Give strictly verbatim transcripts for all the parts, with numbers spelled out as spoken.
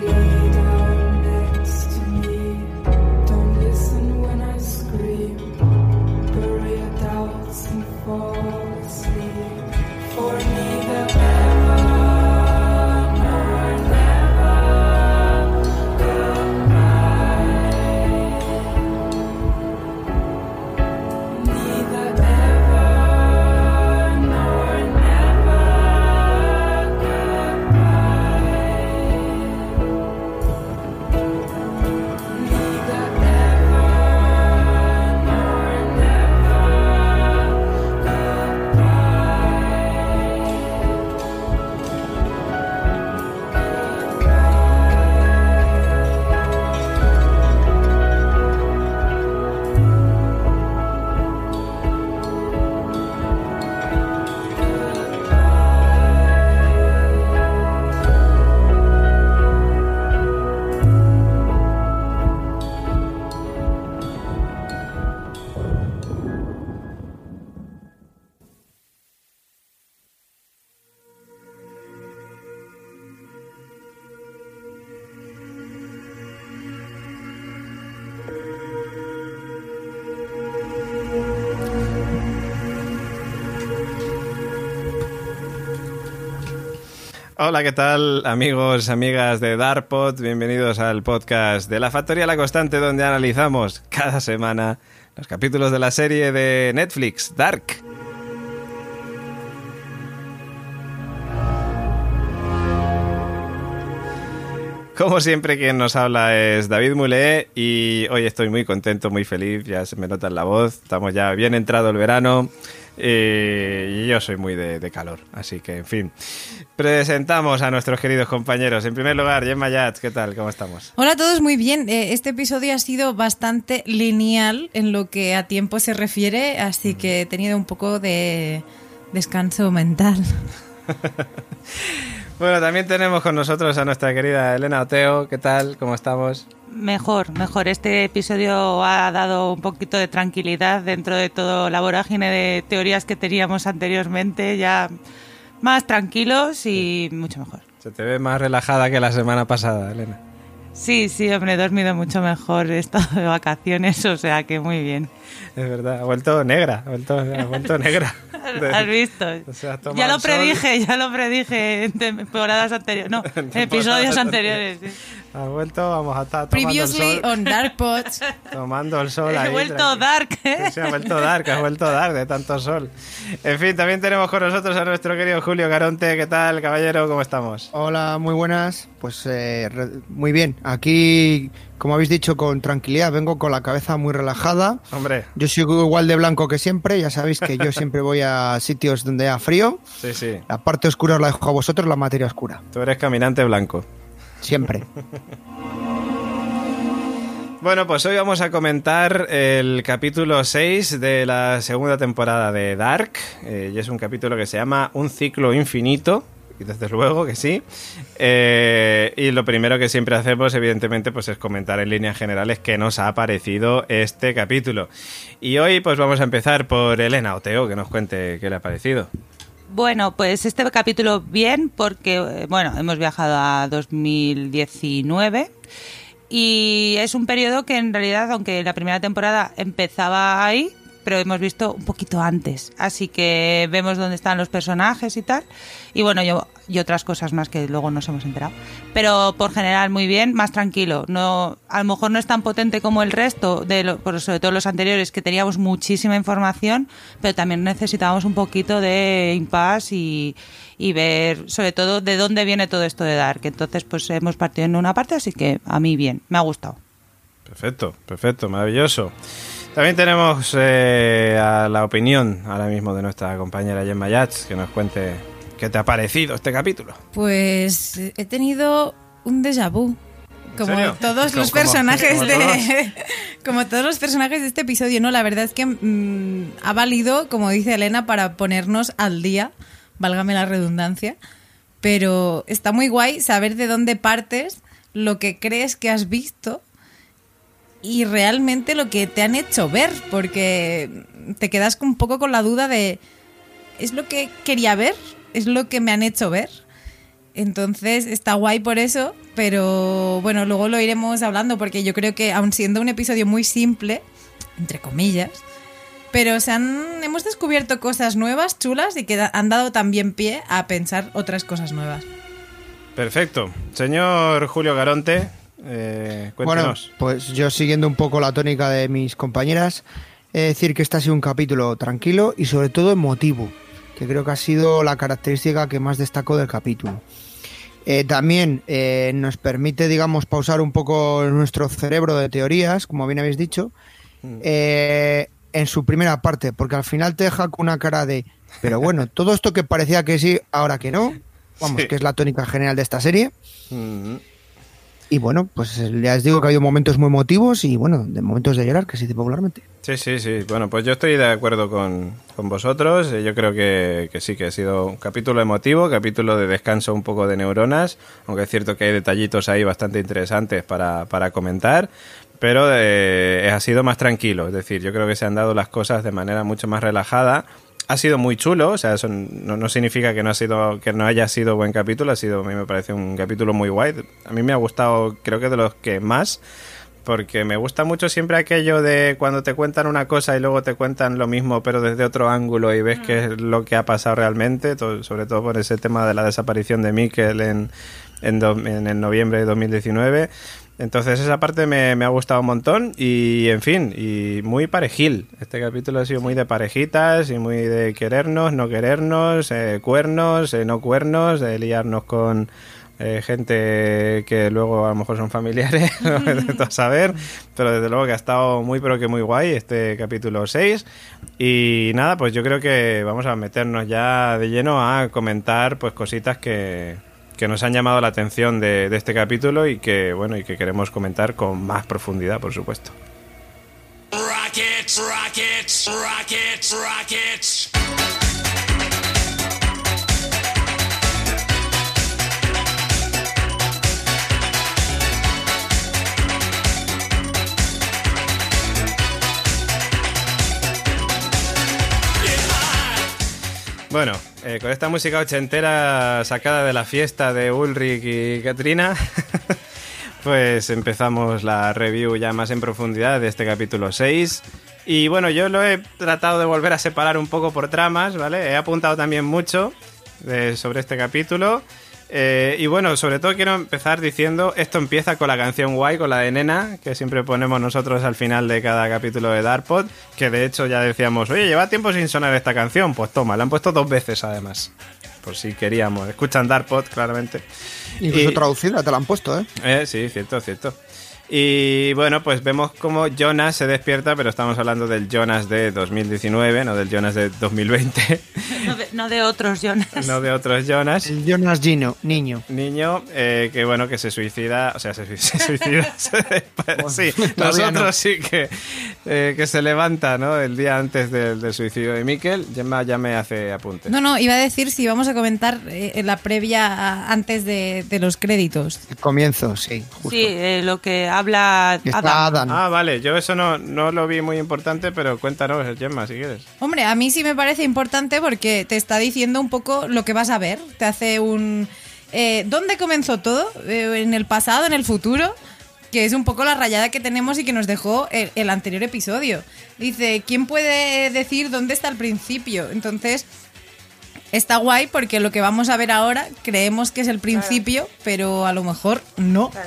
Hola, ¿qué tal, amigos, amigas de Darkpod? Bienvenidos al podcast de La Factoría La Constante, donde analizamos cada semana los capítulos de la serie de Netflix, Dark. Como siempre, quien nos habla es David Mulé y hoy estoy muy contento, muy feliz, ya se me nota en la voz, estamos ya bien entrado el verano. Y yo soy muy de, de calor, así que, en fin, presentamos a nuestros queridos compañeros. En primer lugar, Gemma Yats, ¿qué tal? ¿Cómo estamos? Hola a todos, muy bien. Este episodio ha sido bastante lineal en lo que a tiempo se refiere, así que he tenido un poco de descanso mental. Bueno, también tenemos con nosotros a nuestra querida Elena Oteo. ¿Qué tal? ¿Cómo estamos? Mejor, mejor. Este episodio ha dado un poquito de tranquilidad dentro de todo la vorágine de teorías que teníamos anteriormente, ya más tranquilos y mucho mejor. Se te ve más relajada que la semana pasada, Elena. Sí, sí, hombre, he dormido mucho mejor, he estado de vacaciones, o sea que muy bien. Es verdad, ha vuelto negra, ha vuelto, ha vuelto negra. ¿Has visto? O sea, ya lo predije, sol. ya lo predije en temporadas anteriores, no, en episodios anteriores. Sí. Ha vuelto, vamos a estar tomando Previously el sol. on Darkpod. Tomando el sol ahí. He vuelto tranquilo. dark, ¿eh? Sí, sí, ha vuelto dark, ha vuelto dark de tanto sol. En fin, también tenemos con nosotros a nuestro querido Julio Caronte. ¿Qué tal, caballero? ¿Cómo estamos? Hola, muy buenas. Pues eh, re- muy bien. Aquí, como habéis dicho, con tranquilidad. Vengo con la cabeza muy relajada. Hombre. Yo soy igual de blanco que siempre. Ya sabéis que yo siempre voy a sitios donde haya frío. Sí, sí. La parte oscura os la dejo a vosotros, la materia oscura. Tú eres caminante blanco. Siempre. Bueno, pues hoy vamos a comentar el capítulo seis de la segunda temporada de Dark. Eh, y es un capítulo que se llama Un ciclo infinito. Y desde luego que sí. Eh, y lo primero que siempre hacemos, evidentemente, pues es comentar en líneas generales qué nos ha parecido este capítulo. Y hoy pues vamos a empezar por Elena Oteo, que nos cuente qué le ha parecido. Bueno, pues este capítulo bien porque, bueno, hemos viajado a dos mil diecinueve y es un periodo que en realidad, aunque la primera temporada empezaba ahí, pero hemos visto un poquito antes, así que vemos dónde están los personajes y tal, y bueno, yo y otras cosas más que luego nos hemos enterado, pero por general muy bien, más tranquilo, no, a lo mejor no es tan potente como el resto, de lo, por sobre todo los anteriores, que teníamos muchísima información, pero también necesitábamos un poquito de impasse y, y ver sobre todo de dónde viene todo esto de Dark, entonces pues hemos partido en una parte, así que a mí bien, me ha gustado. Perfecto, perfecto, maravilloso. También tenemos eh, a la opinión ahora mismo de nuestra compañera Gemma Yats, que nos cuente qué te ha parecido este capítulo. Pues he tenido un déjà vu. Como serio? todos los ¿Cómo- personajes como de todos? como todos los personajes de este episodio, no, la verdad es que mmm, ha valido, como dice Elena, para ponernos al día, válgame la redundancia, pero está muy guay saber de dónde partes, lo que crees que has visto y realmente lo que te han hecho ver, porque te quedas un poco con la duda de ¿es lo que quería ver? ¿Es lo que me han hecho ver? Entonces está guay por eso, pero bueno, luego lo iremos hablando porque yo creo que aun siendo un episodio muy simple, entre comillas, pero se han, hemos descubierto cosas nuevas, chulas, y que han dado también pie a pensar otras cosas nuevas. Perfecto. Señor Julio Garonte, eh, cuéntenos. Bueno, pues yo siguiendo un poco la tónica de mis compañeras, he de decir que este ha sido un capítulo tranquilo y sobre todo emotivo, que creo que ha sido la característica que más destacó del capítulo. Eh, también eh, nos permite, digamos, pausar un poco nuestro cerebro de teorías, como bien habéis dicho, eh, en su primera parte, porque al final te deja con una cara de, pero bueno, todo esto que parecía que sí, ahora que no, vamos, sí. Que es la tónica general de esta serie. Mm-hmm. Y bueno, pues ya os digo que ha habido momentos muy emotivos y bueno, de momentos de llorar, que se dice popularmente. Sí, sí, sí. Bueno, pues yo estoy de acuerdo con, con vosotros. Yo creo que, que sí, que ha sido un capítulo emotivo, capítulo de descanso un poco de neuronas, aunque es cierto que hay detallitos ahí bastante interesantes para, para comentar. Pero eh, ha sido más tranquilo, es decir, yo creo que se han dado las cosas de manera mucho más relajada. Ha sido muy chulo, o sea, eso no, no significa que no ha sido, que no haya sido buen capítulo, ha sido, a mí me parece un capítulo muy guay. A mí me ha gustado, creo que de los que más, porque me gusta mucho siempre aquello de cuando te cuentan una cosa y luego te cuentan lo mismo pero desde otro ángulo y ves qué es lo que ha pasado realmente, todo, sobre todo por ese tema de la desaparición de Mikkel en, en, do, en el noviembre de dos mil diecinueve. Entonces esa parte me, me ha gustado un montón y, en fin, y muy parejil. Este capítulo ha sido muy de parejitas y muy de querernos, no querernos, eh, cuernos, eh, no cuernos, de liarnos con eh, gente que luego a lo mejor son familiares, no me intento saber, pero desde luego que ha estado muy pero que muy guay este capítulo seis. Y nada, pues yo creo que vamos a meternos ya de lleno a comentar pues cositas que... que nos han llamado la atención de, de este capítulo y que bueno y que queremos comentar con más profundidad, por supuesto. Rockets, rockets, rockets, rockets. Bueno, eh, con esta música ochentera sacada de la fiesta de Ulrich y Katrina, pues empezamos la review ya más en profundidad de este capítulo seis. Y bueno, yo lo he tratado de volver a separar un poco por tramas, ¿vale? He apuntado también mucho de, sobre este capítulo. Eh, y bueno, sobre todo quiero empezar diciendo, esto empieza con la canción guay, con la de Nena, que siempre ponemos nosotros al final de cada capítulo de Darkpod, que de hecho ya decíamos, oye, lleva tiempo sin sonar esta canción, pues toma, la han puesto dos veces además, por si queríamos, escuchan Darkpod claramente. Incluso y, traducida te la han puesto, ¿eh? eh Sí, cierto, cierto. Y bueno, pues vemos cómo Jonas se despierta, pero estamos hablando del Jonas de dos mil diecinueve, no del Jonas de dos mil veinte. No de, no de otros Jonas. No de otros Jonas. El Jonas Gino, niño. Niño, eh, que bueno, que se suicida, o sea, se, se suicida. se, bueno, sí, nosotros no. Sí que, eh, que se levanta, ¿no? El día antes del, del suicidio de Mikkel. Gemma ya me hace apuntes. No, no, iba a decir si vamos a comentar eh, la previa antes de, de los créditos. El comienzo, sí. Justo. Sí, eh, lo que habla Adam. Adam. Ah, vale, yo eso no, no lo vi muy importante, pero cuéntanos, Gemma, si quieres. Hombre, a mí sí me parece importante porque te está diciendo un poco lo que vas a ver. Te hace un... Eh, ¿Dónde comenzó todo? Eh, ¿En el pasado, en el futuro? Que es un poco la rayada que tenemos y que nos dejó el, el anterior episodio. Dice, ¿quién puede decir dónde está el principio? Entonces... Está guay porque lo que vamos a ver ahora creemos que es el principio, claro. Pero a lo mejor no. Claro.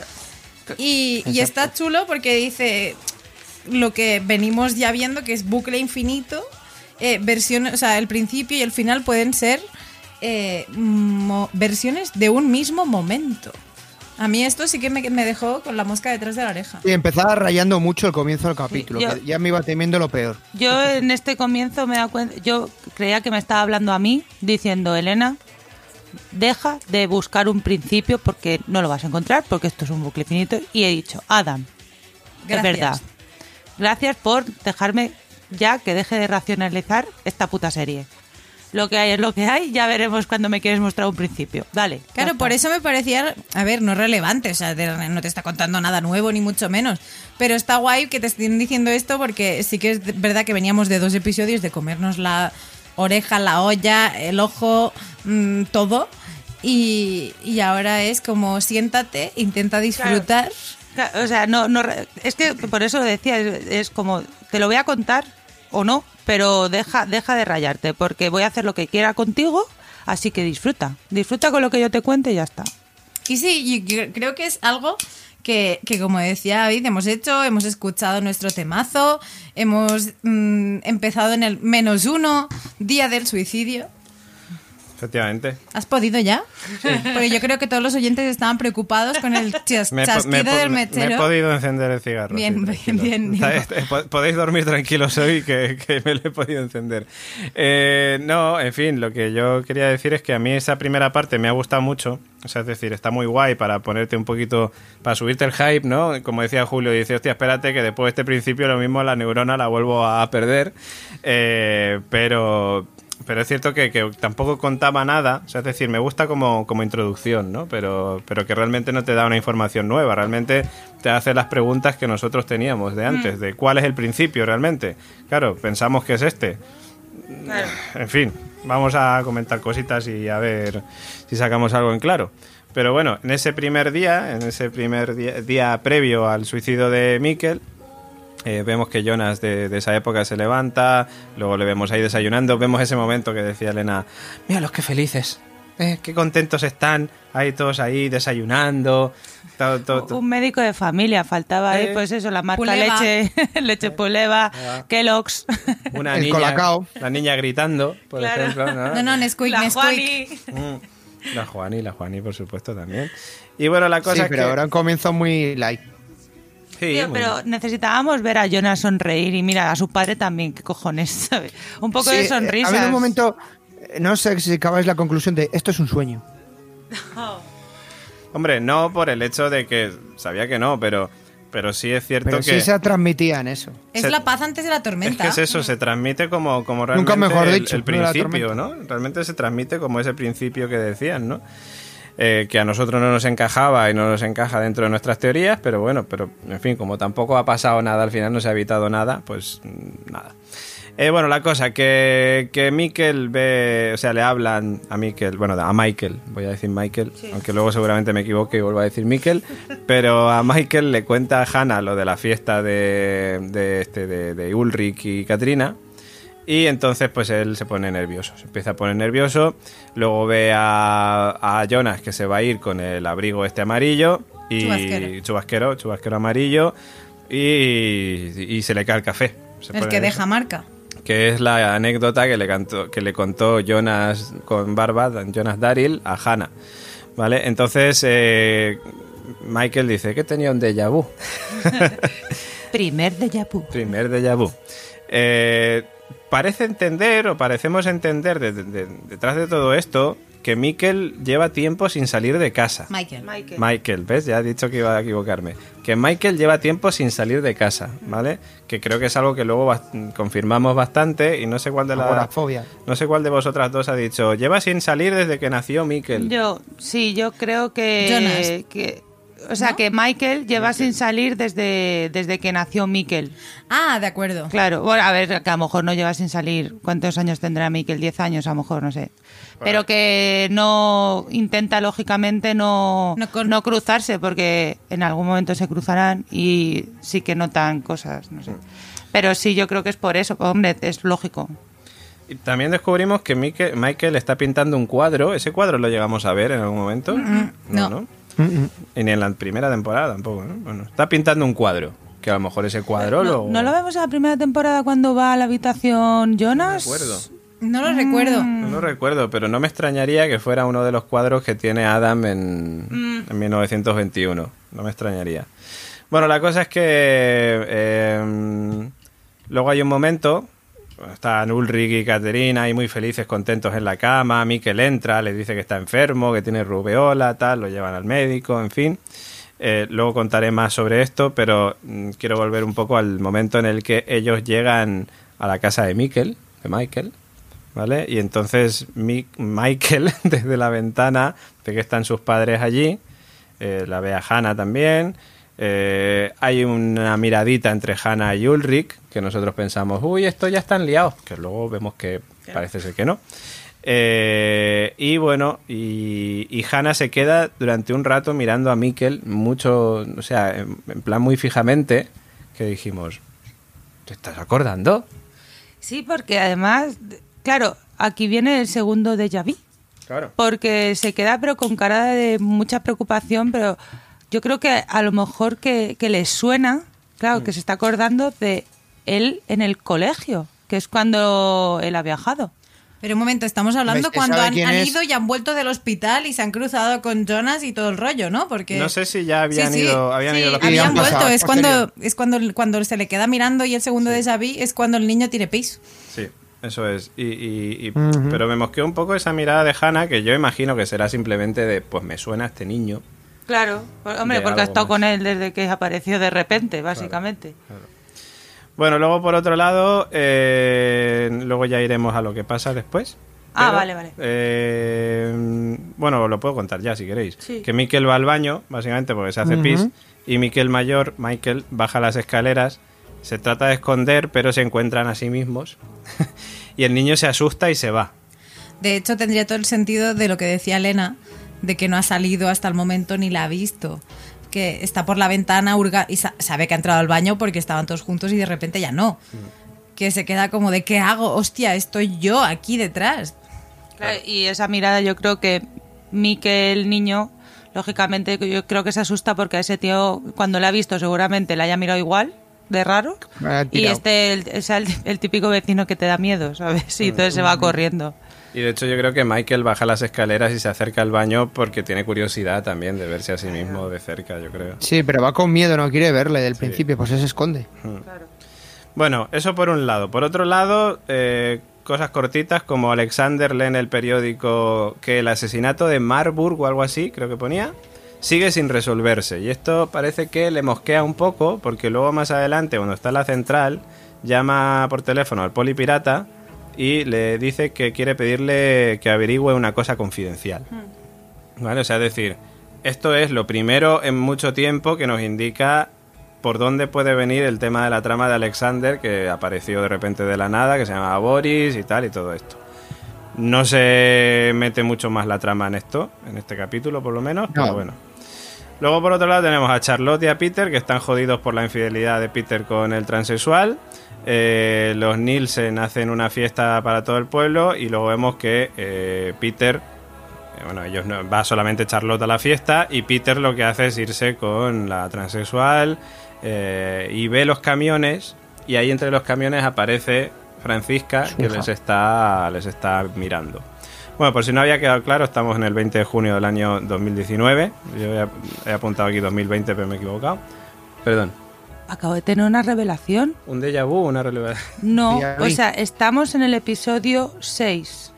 Y, y está chulo porque dice lo que venimos ya viendo, que es bucle infinito, eh, versiones, o sea, el principio y el final pueden ser eh, mo- versiones de un mismo momento. A mí esto sí que me, me dejó con la mosca detrás de la oreja. Y empezaba rayando mucho el comienzo del capítulo, sí, yo, que ya me iba temiendo lo peor. Yo en este comienzo me da cuenta, yo creía que me estaba hablando a mí, diciendo, Elena, deja de buscar un principio porque no lo vas a encontrar, porque esto es un bucle infinito. Y he dicho, Adam, gracias. Es verdad. Gracias por dejarme ya que deje de racionalizar esta puta serie. Lo que hay es lo que hay, ya veremos cuando me quieres mostrar un principio. Dale. Claro, por eso me parecía, a ver, no relevante, o sea, no te está contando nada nuevo ni mucho menos, pero está guay que te estén diciendo esto porque sí que es verdad que veníamos de dos episodios de comernos la oreja, la olla, el ojo, mmm, todo, y, y ahora es como siéntate, intenta disfrutar. Claro. O sea, no, no, es que por eso lo decía, es, es como, te lo voy a contar o no, pero deja, deja de rayarte, porque voy a hacer lo que quiera contigo, así que disfruta. Disfruta con lo que yo te cuente y ya está. Y sí, yo creo que es algo que, que como decía David, hemos hecho, hemos escuchado nuestro temazo, hemos mmm, empezado en el menos uno, día del suicidio. Efectivamente. ¿Has podido ya? Sí. Porque yo creo que todos los oyentes estaban preocupados con el chas me, chasquido me, del me, mechero. Me he podido encender el cigarro. Bien, sí, bien, bien. Podéis dormir tranquilos hoy, que, que me lo he podido encender. Eh, no, en fin, lo que yo quería decir es que a mí esa primera parte me ha gustado mucho. O sea, es decir, está muy guay para ponerte un poquito, para subirte el hype, ¿no? Como decía Julio, dice, hostia, espérate que después de este principio lo mismo la neurona la vuelvo a perder. Eh, pero... Pero es cierto que, que tampoco contaba nada, o sea, es decir, me gusta como, como introducción, ¿no? Pero, pero que realmente no te da una información nueva, realmente te hace las preguntas que nosotros teníamos de antes, mm. de cuál es el principio realmente. Claro, pensamos que es este. Claro. En fin, vamos a comentar cositas y a ver si sacamos algo en claro. Pero bueno, en ese primer día, en ese primer día, día previo al suicidio de Mikkel, Eh, vemos que Jonas de, de esa época se levanta, luego le vemos ahí desayunando, vemos ese momento que decía Elena, míralos qué felices, eh, qué contentos están, ahí todos ahí desayunando. Todo, todo, todo. Un médico de familia, faltaba eh, ahí, pues eso, la marca Puleva. leche, leche Puleva, eh. Kellogg's. Una el niña, Colacao. La niña gritando, por claro. ejemplo. No, no, no Nesquik, la Nesquik. Juani. Mm, la Juani, la Juani, por supuesto, también. Y bueno, la cosa sí, es pero que... ahora comienzo muy light. Sí, Tío, pero necesitábamos ver a Jonas sonreír y mira, a su padre también, qué cojones, ¿sabes? Un poco sí, de sonrisas. Ha habido un momento, no sé si acabáis la conclusión de esto es un sueño. Oh. Hombre, no por el hecho de que sabía que no, pero, pero sí es cierto pero que... sí se transmitía en eso. Es se, la paz antes de la tormenta. Es que es eso, se transmite como, como realmente Nunca mejor dicho, el, el principio, ¿no? Realmente se transmite como ese principio que decían, ¿no? Eh, que a nosotros no nos encajaba y no nos encaja dentro de nuestras teorías, pero bueno, pero en fin, como tampoco ha pasado nada, al final no se ha evitado nada, pues nada. Eh, bueno, la cosa, que, que Mikkel ve, o sea, le hablan a Mikkel, bueno, a Michael, voy a decir Michael, sí. Aunque luego seguramente me equivoque y vuelvo a decir Mikkel, pero a Michael le cuenta a Hannah lo de la fiesta de, de, este, de, de Ulrich y Katrina. Y entonces pues él se pone nervioso, se empieza a poner nervioso, luego ve a, a Jonas que se va a ir con el abrigo este amarillo y chubasquero, chubasquero, chubasquero amarillo y, y se le cae el café. Se el que deja marca. Que es la anécdota que le, cantó, que le contó Jonas con barba, Jonas Daryl, a Hannah, ¿vale? Entonces eh, Michael dice que tenía un déjà vu. Primer déjà vu. Primer déjà vu. Eh... Parece entender, o parecemos entender de, de, de, detrás de todo esto, que Mikkel lleva tiempo sin salir de casa. Michael. Michael. Michael, ¿ves? Ya he dicho que iba a equivocarme. Que Michael lleva tiempo sin salir de casa, ¿vale? Que creo que es algo que luego bast- confirmamos bastante y no sé cuál de la no sé cuál de vosotras dos ha dicho, lleva sin salir desde que nació Mikkel. Yo, sí, yo creo que... Jonas. que O sea, ¿no? que Michael lleva Michael. sin salir desde, desde que nació Mikkel. Ah, de acuerdo. Claro, bueno, a ver, que a lo mejor no lleva sin salir. ¿Cuántos años tendrá Mikkel? Diez años, a lo mejor, no sé. Pero que no intenta, lógicamente, no, No con- no cruzarse, porque en algún momento se cruzarán y sí que notan cosas, no sé. Pero sí, yo creo que es por eso. Hombre, es lógico. Y también descubrimos que Michael, Michael está pintando un cuadro. ¿Ese cuadro lo llegamos a ver en algún momento? Mm, no. ¿no? Y ni en la primera temporada tampoco, ¿no? Bueno, está pintando un cuadro. Que a lo mejor ese cuadro ¿No, lo... ¿No lo vemos en la primera temporada cuando va a la habitación Jonas? No recuerdo. No lo recuerdo. No lo recuerdo, pero no me extrañaría que fuera uno de los cuadros que tiene Adam en, Mm. en mil novecientos veintiuno. No me extrañaría. Bueno, la cosa es que eh, luego hay un momento, están Ulrich y Katerina ahí muy felices, contentos en la cama, Mikkel entra, le dice que está enfermo, que tiene rubeola, tal, lo llevan al médico, en fin. Eh, luego contaré más sobre esto, pero mm, quiero volver un poco al momento en el que ellos llegan a la casa de Mikkel, de Michael, ¿vale? Y entonces Mi- Michael, desde la ventana, ve que están sus padres allí, eh, la ve a Hannah también, eh, hay una miradita entre Hannah y Ulrich, que nosotros pensamos, uy, estos ya están liados, que luego vemos que parece ser que no. Eh, y bueno, y, y Hannah se queda durante un rato mirando a Mikkel, mucho, o sea, en, en plan muy fijamente, que dijimos, ¿te estás acordando? Sí, porque además, claro, aquí viene el segundo déjà vu. Claro. Porque se queda pero con cara de mucha preocupación, pero yo creo que a lo mejor que, que le suena, claro, que se está acordando de él en el colegio, que es cuando él ha viajado. Pero un momento, estamos hablando ¿Ves que cuando sabe han, quién han es? ido y han vuelto del hospital y se han cruzado con Jonas y todo el rollo, ¿no? Porque No sé si ya habían Sí, sí, ido, habían sí, ido los habían han vuelto. pasado, Es posterior. cuando, es cuando, cuando se le queda mirando y el segundo de déjà vu es cuando el niño tiene pis. Sí, eso es. Y, y- y- Ujú. Pero me mosqueó un poco esa mirada de Hannah, que yo imagino que será simplemente de, pues me suena este niño. Claro, hombre, De porque ha algo estado más. con él desde que apareció de repente, básicamente. Bueno, luego por otro lado, eh, luego ya iremos a lo que pasa después. Ah, vale, vale. eh, bueno, lo puedo contar ya si queréis. Sí. Que Mikkel va al baño, básicamente porque se hace Ujú. pis, y Mikkel mayor, Michael, baja las escaleras, se trata de esconder, pero se encuentran a sí mismos, y el niño se asusta y se va. De hecho, tendría todo el sentido de lo que decía Elena, de que no ha salido hasta el momento ni la ha visto. Que está por la ventana hurga y sa- sabe que ha entrado al baño porque estaban todos juntos y de repente ya no. Que se queda como de ¿qué hago? Hostia, estoy yo aquí detrás. Claro, y esa mirada yo creo que Mikel, el niño, lógicamente yo creo que se asusta porque a ese tío, cuando le ha visto, seguramente le haya mirado igual, de raro. Me ha Y tirado. este el, es el, el típico vecino que te da miedo, ¿sabes? Y entonces se va corriendo. Y de hecho yo creo que Michael baja las escaleras y se acerca al baño porque tiene curiosidad también de verse a sí mismo de cerca, yo creo. Sí, pero va con miedo, no quiere verle del principio, pues se esconde. Bueno, eso por un lado. Por otro lado, eh, cosas cortitas como Alexander lee en el periódico que el asesinato de Marburg o algo así, creo que ponía, sigue sin resolverse. Y esto parece que le mosquea un poco porque luego más adelante, cuando está en la central, llama por teléfono al polipirata y le dice que quiere pedirle que averigüe una cosa confidencial. ¿Vale? O sea, es decir, esto es lo primero en mucho tiempo que nos indica por dónde puede venir el tema de la trama de Alexander, que apareció de repente de la nada, que se llamaba Boris y tal, y todo esto. No se mete mucho más la trama en esto, en este capítulo por lo menos, pero No. bueno. Luego por otro lado tenemos a Charlotte y a Peter, que están jodidos por la infidelidad de Peter con el transexual. Eh, los Nielsen hacen una fiesta para todo el pueblo y luego vemos que eh, Peter... Eh, Bueno, ellos no, va solamente Charlotte a la fiesta y Peter lo que hace es irse con la transexual eh, y ve los camiones y ahí entre los camiones aparece Francisca Su que hija. les está, les está mirando. Bueno, por si no había quedado claro, estamos en el veinte de junio del año dos mil diecinueve. Yo he, he apuntado aquí dos mil veinte, pero me he equivocado. Perdón. Acabo de tener una revelación. ¿Un déjà vu o una relevancia? No, Ya o vi. sea, estamos en el episodio seis.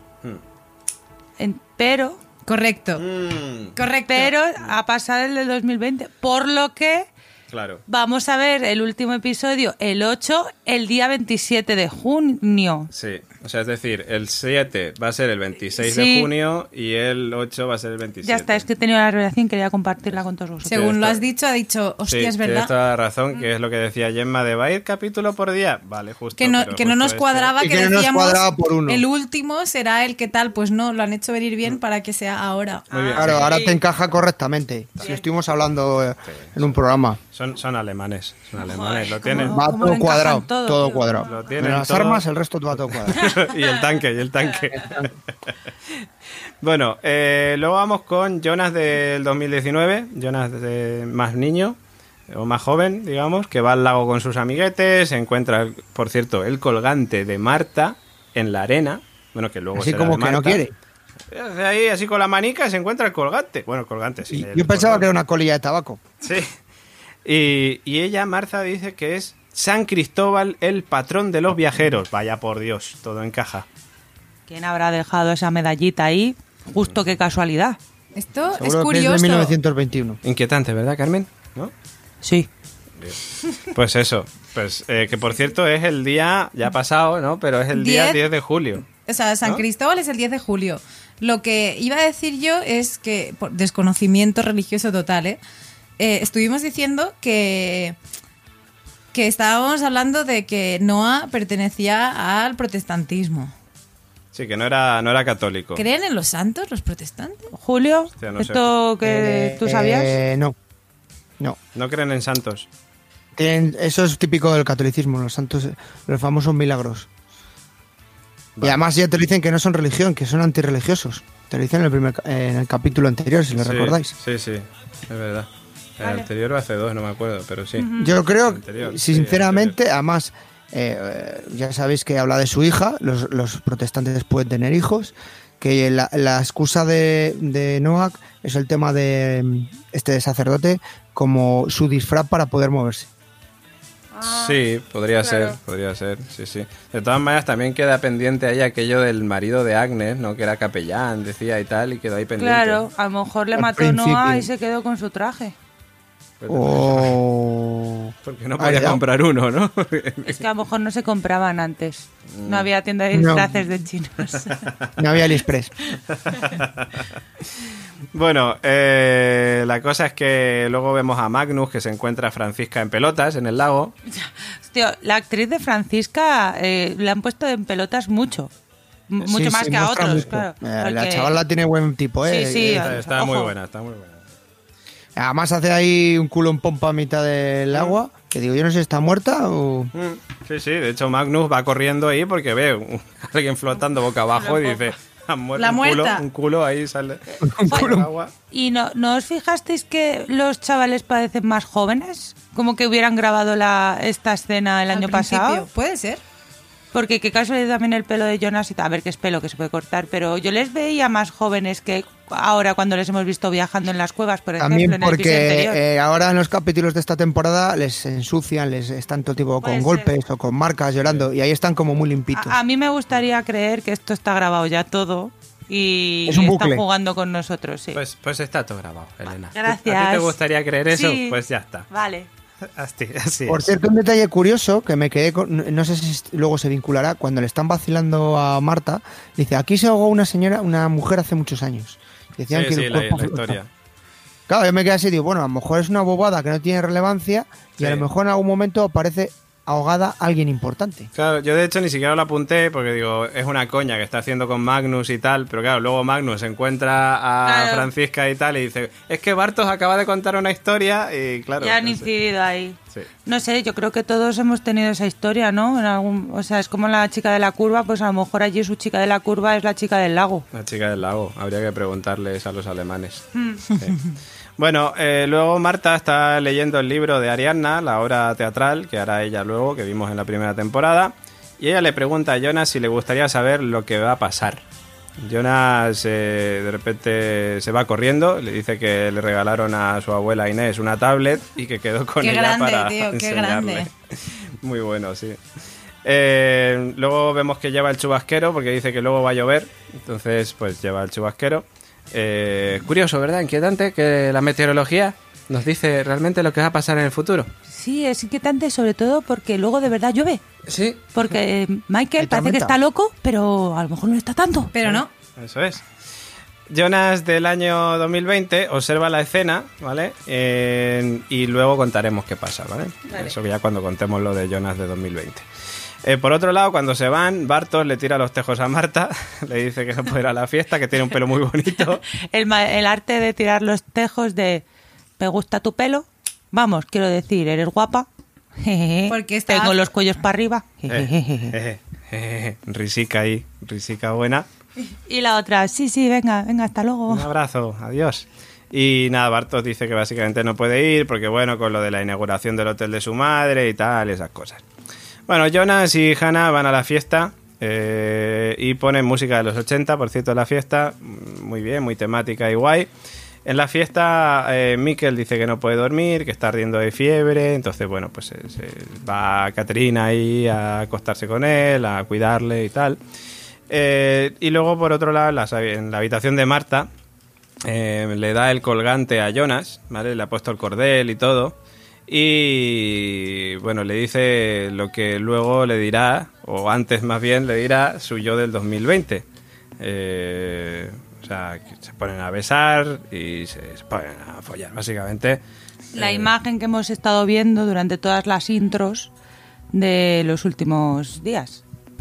En- pero, Correcto. Mm, Correcto. pero ha pasado el del dos mil veinte. Por lo que claro. vamos a ver el último episodio, el ocho, el día veintisiete de junio. Sí, o sea, es decir, el siete va a ser el veintiséis Sí. de junio y el ocho va a ser el veintisiete. Ya está, es que he tenido la revelación, quería compartirla con todos vosotros. Según lo esto- has dicho, ha dicho, hostia, Sí, es tienes verdad. toda la razón, que es lo que decía Gemma de va a ir capítulo por día. Vale, justo. Que no, pero que no justo nos este- cuadraba, Y que, que no nos decíamos cuadraba por uno. el último será el que tal, pues no, lo han hecho venir bien para que sea ahora. Muy bien. Claro, sí. ahora te encaja correctamente. Si estuvimos hablando eh, en un programa. Son, son alemanes, son alemanes, Joder, lo tienen. ¿cómo? Va lo todo encajan cuadrado, todo, todo, tío? cuadrado. Lo tienen Menos las todo. armas, el resto todo va todo cuadrado. y el tanque, y el tanque. Bueno, eh, luego vamos con Jonas del dos mil diecinueve, Jonas de más niño, o más joven, digamos, que va al lago con sus amiguetes, se encuentra, por cierto, el colgante de Marta en la arena, bueno, que luego Así será como de que no Marta. quiere. Hace ahí, así con la manica, y se encuentra el colgante. Bueno, el colgante, sí. Y el yo pensaba cordón. que era una colilla de tabaco. Sí. Y, y ella, Marta, dice que es San Cristóbal, el patrón de los viajeros. Vaya por Dios, todo encaja. ¿Quién habrá dejado esa medallita ahí? Justo qué casualidad. Esto es Seguro que es de curioso. mil novecientos veintiuno. Inquietante, ¿verdad, Carmen? ¿No? Sí. Pues eso. Pues eh, que por cierto es el día, ya ha pasado, ¿no? Pero es el día Diez. diez de julio. O sea, San ¿no? Cristóbal es el diez de julio. Lo que iba a decir yo es que, por desconocimiento religioso total, ¿eh? Eh, estuvimos diciendo que, que estábamos hablando de que Noah pertenecía al protestantismo. Sí, que no era, no era católico. ¿Creen en los santos los protestantes? Julio, Hostia, no sé. ¿esto que Eh, tú sabías? eh, no. No. No creen en santos. Tienen- eso es típico del catolicismo, los santos, los famosos milagros. Y Vale. además ya te dicen que no son religión, que son antirreligiosos. Te lo dicen en el, primer, ca- en el capítulo anterior, si lo Sí, recordáis. Sí, sí, es verdad. El Vale. anterior o hace dos, no me acuerdo, pero sí. Yo creo, Anterior, si sí, sinceramente, además, eh, eh, ya sabéis que habla de su hija, los, los protestantes pueden tener hijos, que la, la excusa de, de Noack es el tema de mm, este sacerdote como su disfraz para poder moverse. Sí, podría claro. ser, podría ser, sí, sí. De todas maneras, también queda pendiente ahí aquello del marido de Agnes, ¿no? Que era capellán, decía y tal, y quedó ahí pendiente. Claro, a lo mejor le Al mató principio. Noah y se quedó con su traje. Pues, O... Porque no Ah, podía ya. comprar uno, ¿no? Es que a lo mejor no se compraban antes. Mm. No había tienda de No. disfraces de chinos. No había AliExpress. Bueno, eh, la cosa es que luego vemos a Magnus, que se encuentra a Francisca en pelotas en el lago. Hostia, la actriz de Francisca eh, le han puesto en pelotas mucho. M- Mucho Sí, más se que a muestra otros, mucho. claro. Eh, La Porque- chavala tiene buen tipo, ¿eh? Sí, sí, Eh, Está, está muy Ojo. buena, está muy buena. Además hace ahí un culo en pompa a mitad del agua, que digo, yo no sé si está muerta o... Mm, Sí, sí, de hecho Magnus va corriendo ahí porque ve un- a alguien flotando boca abajo y dice, "Ha muerto La un culo, muerta. un culo ahí sale Un por culo. el agua". ¿Y no, no os fijasteis que los chavales parecen más jóvenes? Como que hubieran grabado la, esta escena el Al año principio. pasado. Puede ser. Porque qué casualidad también el pelo de Jonas y tal. A ver, que es pelo que se puede cortar. Pero yo les veía más jóvenes que ahora cuando les hemos visto viajando en las cuevas, por ejemplo, También en el episodio porque anterior. eh, ahora en los capítulos de esta temporada les ensucian, les están todo tipo Puede con ser. golpes o con marcas llorando y ahí están como muy limpitos. A, a mí me gustaría creer que esto está grabado ya todo y Es un están bucle. jugando con nosotros, sí. Pues, pues está todo grabado, Elena. Gracias. ¿A ti te gustaría creer eso? Sí. Pues ya está. Vale. Así, así Por es. cierto, un detalle curioso que me quedé con, no- no sé si luego se vinculará, cuando le están vacilando a Marta, dice, aquí se ahogó una señora, una mujer hace muchos años. Decían Sí, que sí, el la, cuerpo la flota. historia. Claro, yo me quedé así y digo, bueno, a lo mejor es una bobada que no tiene relevancia y a Sí. lo mejor en algún momento aparece ahogada alguien importante. Claro, yo de hecho ni siquiera lo apunté porque digo, es una coña que está haciendo con Magnus y tal, pero claro, luego Magnus encuentra a Claro. Francisca y tal y dice, es que Bartos acaba de contar una historia y claro. ya han no sé. incidido ahí. Sí. No sé, yo creo que todos hemos tenido esa historia, ¿no? En algún, o sea, es como la chica de la curva, pues a lo mejor allí su chica de la curva es la chica del lago. La chica del lago, habría que preguntarles a los alemanes. Mm. Sí. Bueno, eh, luego Marta está leyendo el libro de Ariadna, la obra teatral que hará ella luego, que vimos en la primera temporada, y ella le pregunta a Jonas si le gustaría saber lo que va a pasar. Jonas eh, de repente se va corriendo, le dice que le regalaron a su abuela Inés una tablet y que quedó con Qué ella grande, para tío, qué enseñarle. grande. Muy bueno, sí. Eh, luego vemos que lleva el chubasquero porque dice que luego va a llover, entonces pues lleva el chubasquero. Eh, curioso, ¿verdad? Inquietante que la meteorología nos dice realmente lo que va a pasar en el futuro. Sí, es inquietante sobre todo porque luego de verdad llueve. Sí, Porque eh, Michael Hay parece que tormenta. está loco, pero a lo mejor no está tanto. Pero no. eso es. Jonas del año dos mil veinte observa la escena, ¿vale? Eh, y luego contaremos qué pasa, ¿vale? Vale. Eso ya cuando contemos lo de Jonas de dos mil veinte. Eh, por otro lado, cuando se van, Bartos le tira los tejos a Marta, le dice que no puede ir a la fiesta, que tiene un pelo muy bonito. El, ma- el arte de tirar los tejos de me gusta tu pelo, vamos, quiero decir, eres guapa. Jejeje. Porque está- Tengo los cuellos para arriba. Eh, Jejeje. eh, eh, risica ahí, risica buena. Y la otra, sí, sí, venga, venga, hasta luego. Un abrazo, adiós. Y nada, Bartos dice que básicamente no puede ir porque, bueno, con lo de la inauguración del hotel de su madre y tal, esas cosas. Bueno, Jonas y Hannah van a la fiesta eh, y ponen música de los ochenta, por cierto, en la fiesta. Muy bien, muy temática y guay. En la fiesta, eh, Mikkel dice que no puede dormir, que está ardiendo de fiebre. Entonces, bueno, pues eh, se va Caterina ahí a acostarse con él, a cuidarle y tal. Eh, y luego, por otro lado, las- en la habitación de Marta, eh, le da el colgante a Jonas, ¿vale? Le ha puesto el cordel y todo. Y bueno, le dice lo que luego le dirá, o antes más bien le dirá su yo del dos mil veinte. Eh, o sea, que se ponen a besar y se, se ponen a follar, básicamente. La Eh, imagen que hemos estado viendo durante todas las intros de los últimos días.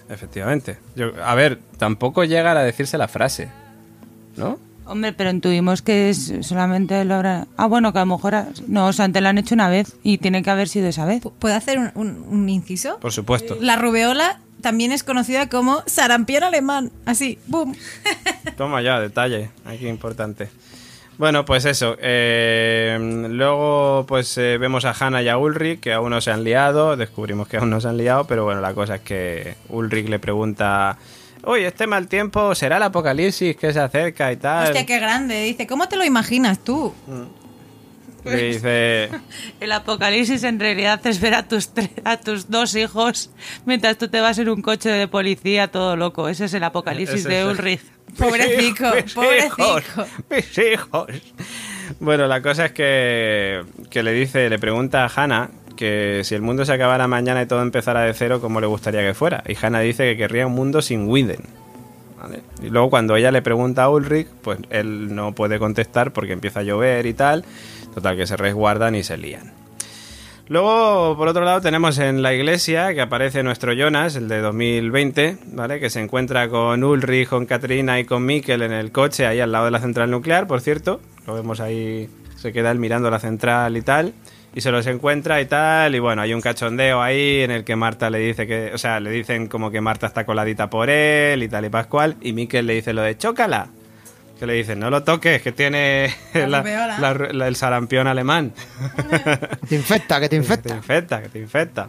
Efectivamente. Yo, a ver, tampoco llega a decirse la frase, ¿no? Hombre, pero intuimos que es solamente lo habrá... Ah, bueno, que a lo mejor... ha- No, o sea, antes lo han hecho una vez y tiene que haber sido esa vez. ¿Puedo hacer un, un- un inciso? Por supuesto. La rubeola también es conocida como sarampión alemán. Así, boom. Toma ya, detalle. Aquí importante. Bueno, pues eso. eh, luego pues eh, vemos a Hannah y a Ulrich, que aún no se han liado. Descubrimos que aún no se han liado, pero bueno, la cosa es que Ulrich le pregunta... Uy, este mal tiempo, ¿será el apocalipsis que se acerca y tal? Hostia, qué grande. Dice, ¿cómo te lo imaginas tú? Le dice... El apocalipsis en realidad es ver a tus, tre- a tus dos hijos mientras tú te vas en un coche de policía todo loco. Ese es el apocalipsis Ese de es el- Ulrich. Pobrecico, Mis hijos, pobrecico. mis hijos. Bueno, la cosa es que, que le dice, le pregunta a Hannah que si el mundo se acabara mañana y todo empezara de cero, ¿cómo le gustaría que fuera? Y Hannah dice que querría un mundo sin Whedon. ¿Vale? Y luego cuando ella le pregunta a Ulrich, pues él no puede contestar porque empieza a llover y tal. Total, que se resguardan y se lían. Luego, por otro lado, tenemos en la iglesia que aparece nuestro Jonas, el de dos mil veinte, ¿vale? Que se encuentra con Ulrich, con Katrina y con Mikkel en el coche, ahí al lado de la central nuclear, por cierto. Lo vemos ahí, se queda él mirando la central y tal. Y se los encuentra y tal, y bueno, hay un cachondeo ahí en el que Marta le dice que, o sea, le dicen como que Marta está coladita por él y tal y pascual, y Mikkel le dice lo de chócala. Que le dicen, no lo toques, que tiene La la- rubeola. la- la- el sarampión alemán. Que te infecta, que te Que te infecta. infecta, que te infecta.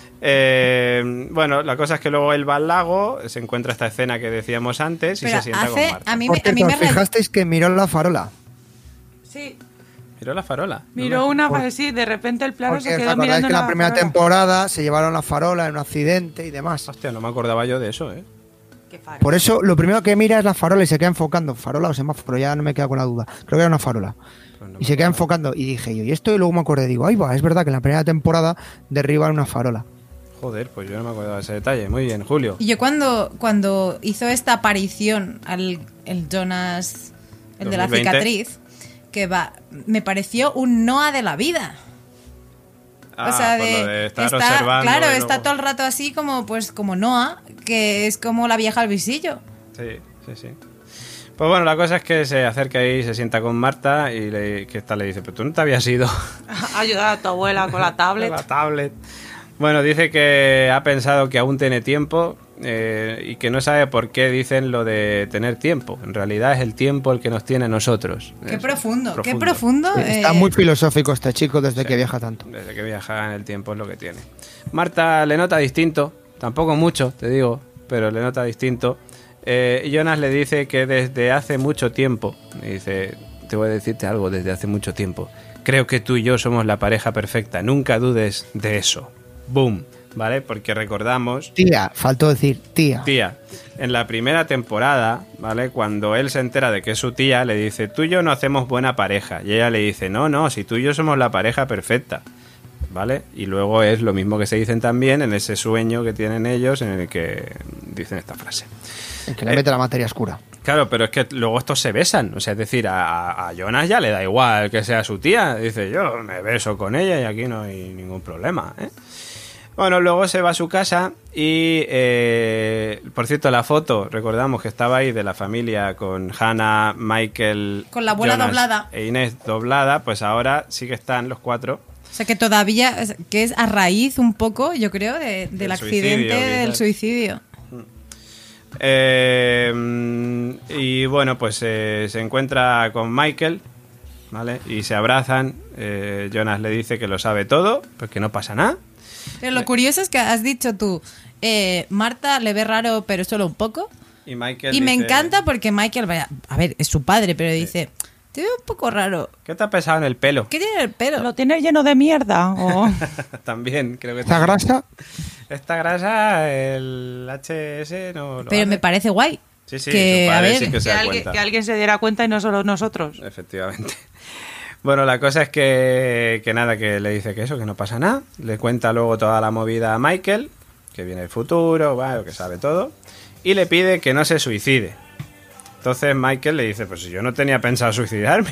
Eh, bueno, la cosa es que luego él va al lago, se encuentra esta escena que decíamos antes y Pero se sienta hace, con Marta. a mí, Por me- a mí cierto, me ¿os re- fijasteis que miró la farola? Sí, Miró la farola. miró No me- una... por- Sí, de repente el plano Porque se os quedó acordáis mirando que en la una primera farola. temporada se llevaron la farola en un accidente y demás. Hostia, no me acordaba yo de eso, ¿eh? Qué faro. Por eso lo primero que mira es la farola y se queda enfocando. Farola o semáforo, ya no me queda con la duda. Creo que era una farola. Pues no Y me se queda acordaba. enfocando. Y dije yo, y esto, y luego me acordé, digo, ay va, es verdad que en la primera temporada derriban una farola. Joder, pues yo no me acordaba de ese detalle. Muy bien, Julio. Y yo cuando, cuando hizo esta aparición al el Jonas, el de la dos mil veinte. cicatriz, que va, me pareció un Noah de la vida. Ah, o sea, por de, lo de estar está, observando claro, y está luego- todo el rato así como pues como Noah, que es como la vieja al visillo. Sí, sí, sí. Pues bueno, la cosa es que se acerca ahí, se sienta con Marta y le, que esta le dice, pero tú no te habías ido. Ayudar a tu abuela con la tablet. La tablet. Bueno, dice que ha pensado que aún tiene tiempo eh, y que no sabe por qué dicen lo de tener tiempo. En realidad es el tiempo el que nos tiene a nosotros. Qué Es profundo, qué profundo. Está eh, muy filosófico este chico desde que viaja tanto. Desde que viaja en el tiempo es lo que tiene. Marta le nota distinto, tampoco mucho, te digo, pero le nota distinto. Eh, Jonas le dice que desde hace mucho tiempo, y dice, te voy a decirte algo desde hace mucho tiempo, creo que tú y yo somos la pareja perfecta, nunca dudes de eso. Boom, ¿vale? Porque recordamos, Tía, faltó decir tía. tía, en la primera temporada, ¿vale? Cuando él se entera de que es su tía, le dice, tú y yo no hacemos buena pareja. Y ella le dice, no, no, si tú y yo somos la pareja perfecta. ¿Vale? Y luego es lo mismo que se dicen también en ese sueño que tienen ellos en el que dicen esta frase. El que le mete la materia oscura. Claro, pero es que luego estos se besan. O sea, es decir, a, a Jonas ya le da igual que sea su tía. Dice, yo me beso con ella y aquí no hay ningún problema, ¿eh? Bueno, luego se va a su casa y, eh, por cierto, la foto, recordamos que estaba ahí de la familia con Hannah, Michael... Con la abuela Jonas doblada. E Inés doblada, pues ahora sí que están los cuatro. O sea que todavía, que es a raíz un poco, yo creo, de- del Del accidente, suicidio, del quizás. suicidio. Eh, y bueno, pues eh, se encuentra con Michael, ¿vale? Y se abrazan. Eh, Jonas le dice que lo sabe todo, pues que no pasa nada. Pero lo curioso es que has dicho tú, eh, Marta le ve raro, pero solo un poco. Y Michael Y me dice, encanta porque Michael, vaya, a ver, es su padre, pero dice, te veo un poco raro. ¿Qué te ha pesado en el pelo? ¿Qué tiene el pelo? ¿Lo tienes lleno de mierda? O... También, creo que Esta grasa, Esta grasa, el H S no lo Pero hace. me parece guay. Sí, sí, que, su a padre ver, sí que se que, da alguien, cuenta. que alguien se diera cuenta y no solo nosotros. Efectivamente. Bueno, la cosa es que, que nada, que le dice que eso, que no pasa nada. Le cuenta luego toda la movida a Michael, que viene el futuro, bueno, que sabe todo. Y le pide que no se suicide. Entonces Michael le dice, pues yo no tenía pensado suicidarme.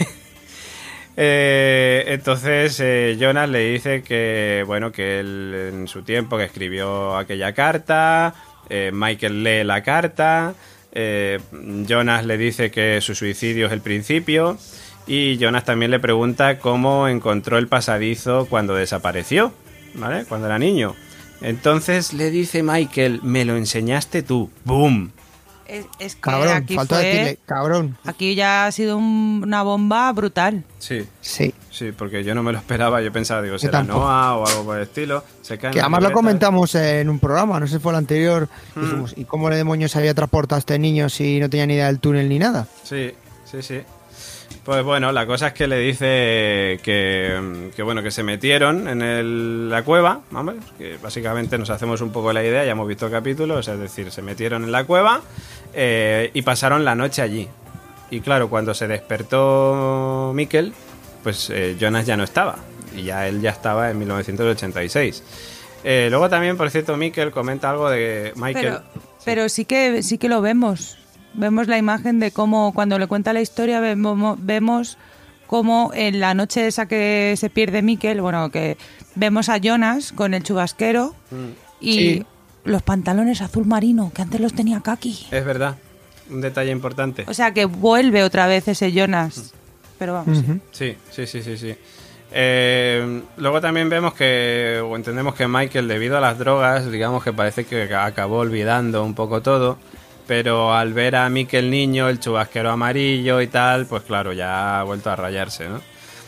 eh, entonces eh, Jonas le dice que, bueno, que él en su tiempo que escribió aquella carta... Eh, Michael lee la carta, eh, Jonas le dice que su suicidio es el principio y Jonas también le pregunta cómo encontró el pasadizo cuando desapareció, ¿vale? Cuando era niño. Entonces le dice Michael, me lo enseñaste tú. ¡Boom! Es, es que Cabrón, aquí faltó fue, decirle, cabrón. Aquí ya ha sido un- una bomba brutal. Sí, Sí. sí, porque yo no me lo esperaba. Yo pensaba, digo, Yo será tampoco. Noah o algo por el estilo. Se cae en Que la además lo libreta. comentamos en un programa, no sé si fue el anterior. Mm. Dijimos, ¿y cómo le demonios había transportado a este niño si no tenía ni idea del túnel ni nada? Sí, sí, sí. Pues bueno, la cosa es que le dice que, que bueno, que se metieron en el- la cueva, ¿vale? Que básicamente nos hacemos un poco la idea, ya hemos visto el capítulo, o sea, es decir, se metieron en la cueva eh, y pasaron la noche allí. Y claro, cuando se despertó Mikkel, pues eh, Jonas ya no estaba, y ya él ya estaba en mil novecientos ochenta y seis. Eh, luego también, por cierto, Mikkel comenta algo de Michael. Pero, pero sí que sí que lo vemos. Vemos la imagen de cómo cuando le cuenta la historia vemos, vemos cómo en la noche esa que se pierde Mikkel, bueno, que vemos a Jonas con el chubasquero y Sí. los pantalones azul marino, que antes los tenía Kaki. Es verdad, un detalle importante. O sea que vuelve otra vez ese Jonas. Pero vamos. Ujú. Sí, sí, sí, sí, sí. Eh, luego también vemos que, o entendemos que Michael, debido a las drogas, digamos que parece que acabó olvidando un poco todo, pero al ver a Mikkel niño, el chubasquero amarillo y tal, pues claro, ya ha vuelto a rayarse, ¿no?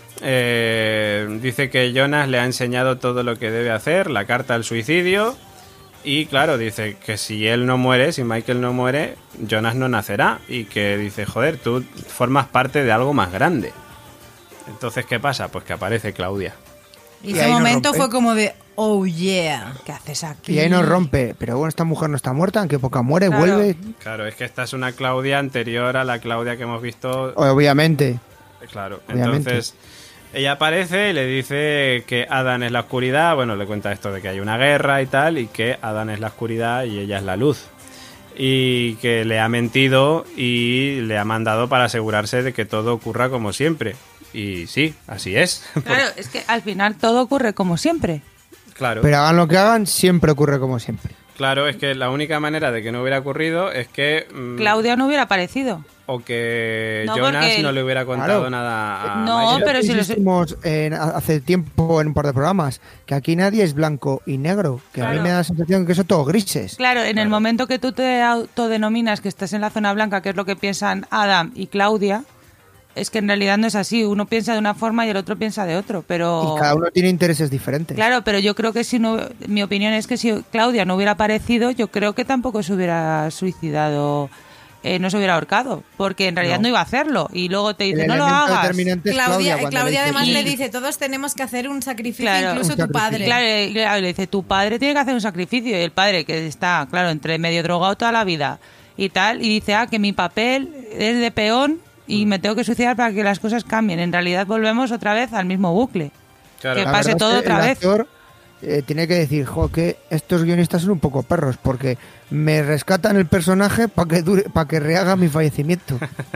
Eh, dice que Jonas le ha enseñado todo lo que debe hacer, la carta al suicidio, y claro, dice que si él no muere, si Michael no muere, Jonas no nacerá, y que dice, joder, tú formas parte de algo más grande. Entonces, ¿qué pasa? Pues que aparece Claudia. Y Y ese ahí nos momento rompe. fue como de, oh yeah. ¿Qué haces aquí? Y ahí nos rompe. Pero bueno, esta mujer no está muerta, aunque poca muere, Claro. vuelve. Claro, es que esta es una Claudia anterior a la Claudia que hemos visto. Obviamente. Claro, Obviamente. entonces ella aparece y le dice que Adán es la oscuridad. Bueno, le cuenta esto de que hay una guerra y tal, y que Adán es la oscuridad y ella es la luz. Y que le ha mentido y le ha mandado para asegurarse de que todo ocurra como siempre. Y sí, así es. Claro, es que al final todo ocurre como siempre. Claro. Pero hagan lo que hagan, siempre ocurre como siempre. Claro, es que la única manera de que no hubiera ocurrido es que... mm, Claudia no hubiera aparecido. o que No, Jonas porque- no le hubiera contado Claro. nada a No, Michael. pero si los- Insistimos en- hace tiempo en un par de programas que aquí nadie es blanco y negro, que a mí Claro. me da la sensación que son todos grises. Claro, en el Claro. momento que tú te autodenominas que estás en la zona blanca, que es lo que piensan Adam y Claudia, es que en realidad no es así. Uno piensa de una forma y el otro piensa de otro. Pero Y cada uno tiene intereses diferentes. claro, pero yo creo que si no, mi opinión es que si Claudia no hubiera aparecido, yo creo que tampoco se hubiera suicidado, eh, no se hubiera ahorcado, porque en realidad no, No. iba a hacerlo. Y luego te El dice, no lo elemento hagas. determinante es Claudia, Claudia, Claudia, cuando le dice- además Y- le dice, todos tenemos que hacer un sacrificio, Claro. incluso Un tu sacrificio. padre. Claro, y claro, y le dice, tu padre tiene que hacer un sacrificio. Y el padre, que está, claro, entre medio drogado toda la vida y tal, y dice, ah, que mi papel es de peón y me tengo que suicidar para que las cosas cambien. En realidad volvemos otra vez al mismo bucle. Claro. que La pase verdad es todo que otra el vez. actor, eh, tiene que decir, jo, que estos guionistas son un poco perros, porque me rescatan el personaje para que dure, para que rehaga mi fallecimiento.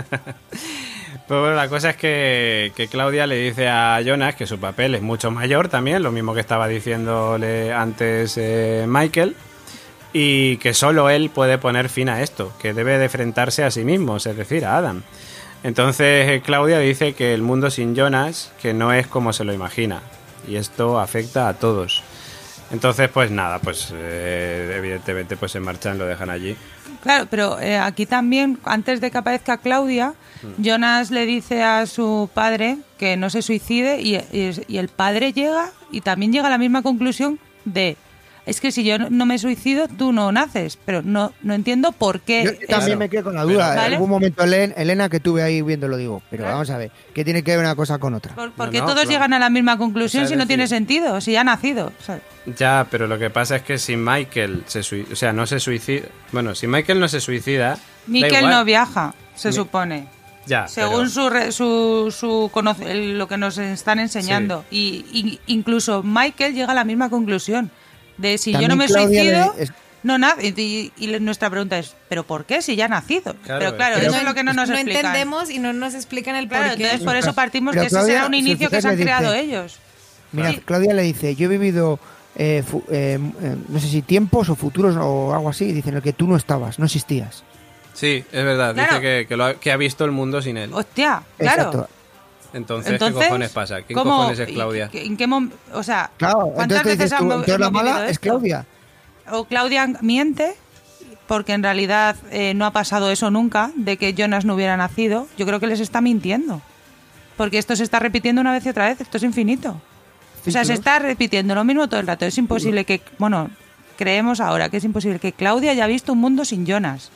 Pues bueno, la cosa es que, que Claudia le dice a Jonas que su papel es mucho mayor también, lo mismo que estaba diciéndole antes eh, Michael, y que solo él puede poner fin a esto, que debe de enfrentarse a sí mismo, es decir, a Adam. Entonces eh, Claudia dice que el mundo sin Jonas, que no es como se lo imagina, y esto afecta a todos. Entonces, pues nada, pues eh, evidentemente pues se marchan, lo dejan allí. Claro, pero eh, aquí también, antes de que aparezca Claudia, Jonas le dice a su padre que no se suicide y, y- y el padre llega y también llega a la misma conclusión de, es que si yo no- no me suicido, tú no naces, pero no, no entiendo por qué. Yo eso. también me quedé con la duda. Pero- ¿Vale? Hubo un momento, Elena, Elena, que tuve ahí viéndolo, digo, pero Claro. vamos a ver, ¿qué tiene que ver una cosa con otra? ¿Por, No, por qué no, todos claro. llegan a la misma conclusión O sea, si no es tiene decir- sentido, si ya ha nacido? O sea, Ya, pero lo que pasa es que si Michael se sui- o sea, no se suicida, bueno, si Michael no se suicida, da Mikel igual. no viaja, se Mi- supone. Ya, Según pero- su, re- su, su conoce- el- lo que nos están enseñando. Y, y incluso Michael llega a la misma conclusión. De si yo También no me Claudia suicido, le- es- no nada. Y, y- y nuestra pregunta es, ¿pero por qué si ya ha nacido? Claro, pero claro, es que- eso es lo que no nos no explican. entendemos y no nos explican el Claro, por qué. entonces por eso partimos Pero que ese Claudia, será un si inicio que fijáis, se han le dice- creado ellos. Mira, Sí. Claudia le dice, yo he vivido eh, fu- eh, eh, no sé si tiempos o futuros o algo así, dicen en el que tú no estabas, no existías. Sí, es verdad. Claro. Dice que, que, lo ha, que ha visto el mundo sin él. Hostia, claro. Exacto. Entonces, Entonces, ¿qué cojones pasa? ¿Quién ¿cómo- cojones es Claudia? y- ¿En qué momento? O sea, Claro, ¿cuántas entonces te veces dices tú, hemos- entonces la hemos vivido mala es esto? Claudia. O Claudia miente, porque en realidad eh, no ha pasado eso nunca, de que Jonas no hubiera nacido. Yo creo que les está mintiendo. Porque esto se está repitiendo una vez y otra vez, esto es infinito. O sea, se Ciclos. está repitiendo lo mismo todo el rato. Es imposible que, bueno, creemos ahora que es imposible que Claudia haya visto un mundo sin Jonas.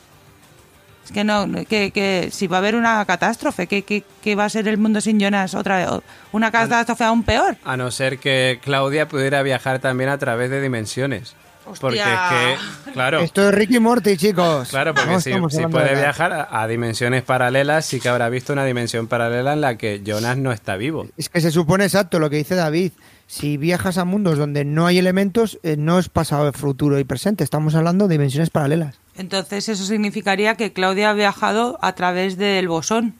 Es que no, que, que si va a haber una catástrofe, que, que, que va a ser el mundo sin Jonas otra vez, una catástrofe aún peor. A no ser que Claudia pudiera viajar también a través de dimensiones. Hostia. Porque es que, claro, Esto es Ricky Morty, chicos. claro, porque No si, estamos si hablando puede de la- viajar a, a dimensiones paralelas, sí que habrá visto una dimensión paralela en la que Jonas no está vivo. Es que se supone exacto lo que dice David. Si viajas a mundos donde no hay elementos, eh, no es pasado, futuro y presente. Estamos hablando de dimensiones paralelas. Entonces eso significaría que Claudia ha viajado a través del bosón,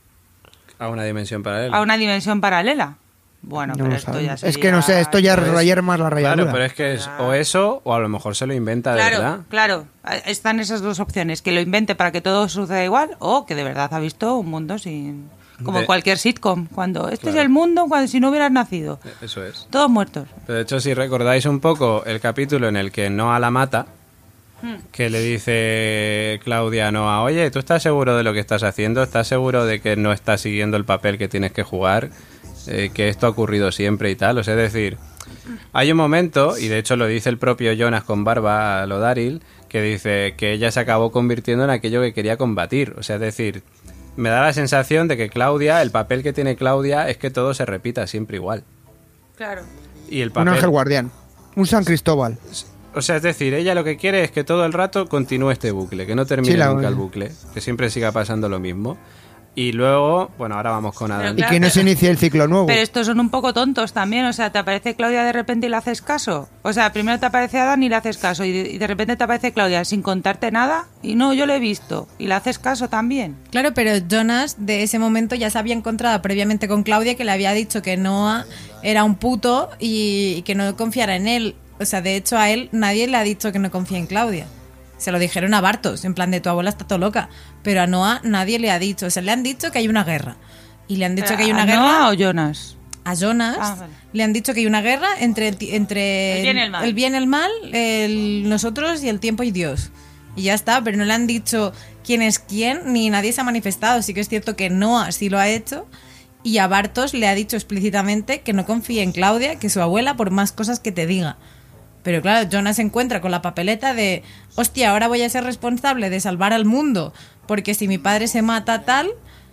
A una dimensión paralela. a una dimensión paralela. Bueno, No pero lo esto sabemos. ya Es que no sé, esto ya es Pues, rayar más la rayadura. Claro, pero es que es o eso o a lo mejor se lo inventa de Claro, verdad. claro. Están esas dos opciones, que lo invente para que todo suceda igual o que de verdad ha visto un mundo sin... Como De- cualquier sitcom, cuando este Claro. es el mundo cuando si no hubieras nacido. Eso es. Todos muertos. Pero de hecho, si recordáis un poco el capítulo en el que Noah la mata, Hmm. que le dice Claudia a Noah, oye, ¿tú estás seguro de lo que estás haciendo? ¿Estás seguro de que no estás siguiendo el papel que tienes que jugar? Eh, que esto ha ocurrido siempre y tal. O sea, es decir, hay un momento, y de hecho lo dice el propio Jonas con barba a lo Daryl, que dice que ella se acabó convirtiendo en aquello que quería combatir. O sea, es decir, me da la sensación de que Claudia, el papel que tiene Claudia es que todo se repita siempre igual. Claro. Y el Un papel... ángel guardián. Un San Cristóbal. O sea, es decir, ella lo que quiere es que todo el rato continúe este bucle, que no termine Sí, la- nunca el bucle, que siempre siga pasando lo mismo. Y luego, bueno, ahora vamos con Adam. Pero Y Claro, que no pero- se inicie el ciclo nuevo. Pero estos son un poco tontos también, o sea, te aparece Claudia de repente y le haces caso. O sea, primero te aparece Adam y le haces caso, y de, y de repente te aparece Claudia sin contarte nada, y no, yo lo he visto, y le haces caso también. Claro, pero Jonas de ese momento ya se había encontrado previamente con Claudia, que le había dicho que Noah era un puto y, y que no confiara en él. O sea, de hecho a él nadie le ha dicho que no confía en Claudia. Se lo dijeron a Bartos, en plan de tu abuela está todo loca. Pero a Noah nadie le ha dicho. O sea, le han dicho que hay una guerra. Y le han dicho que hay una ¿A guerra... Noah o Jonas? A Jonas Ah, vale. le han dicho que hay una guerra entre el, ti- entre El bien y el mal. el bien, el mal, el nosotros y el tiempo y Dios. Y ya está, pero no le han dicho quién es quién, ni nadie se ha manifestado. Sí que es cierto que Noah sí lo ha hecho. Y a Bartos le ha dicho explícitamente que no confíe en Claudia, que su abuela, por más cosas que te diga. Pero claro, Jonas se encuentra con la papeleta de, hostia, ahora voy a ser responsable de salvar al mundo, porque si mi padre se mata tal...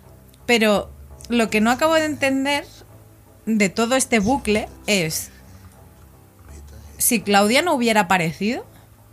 Pero lo que no acabo de entender de todo este bucle es, si Claudia no hubiera aparecido,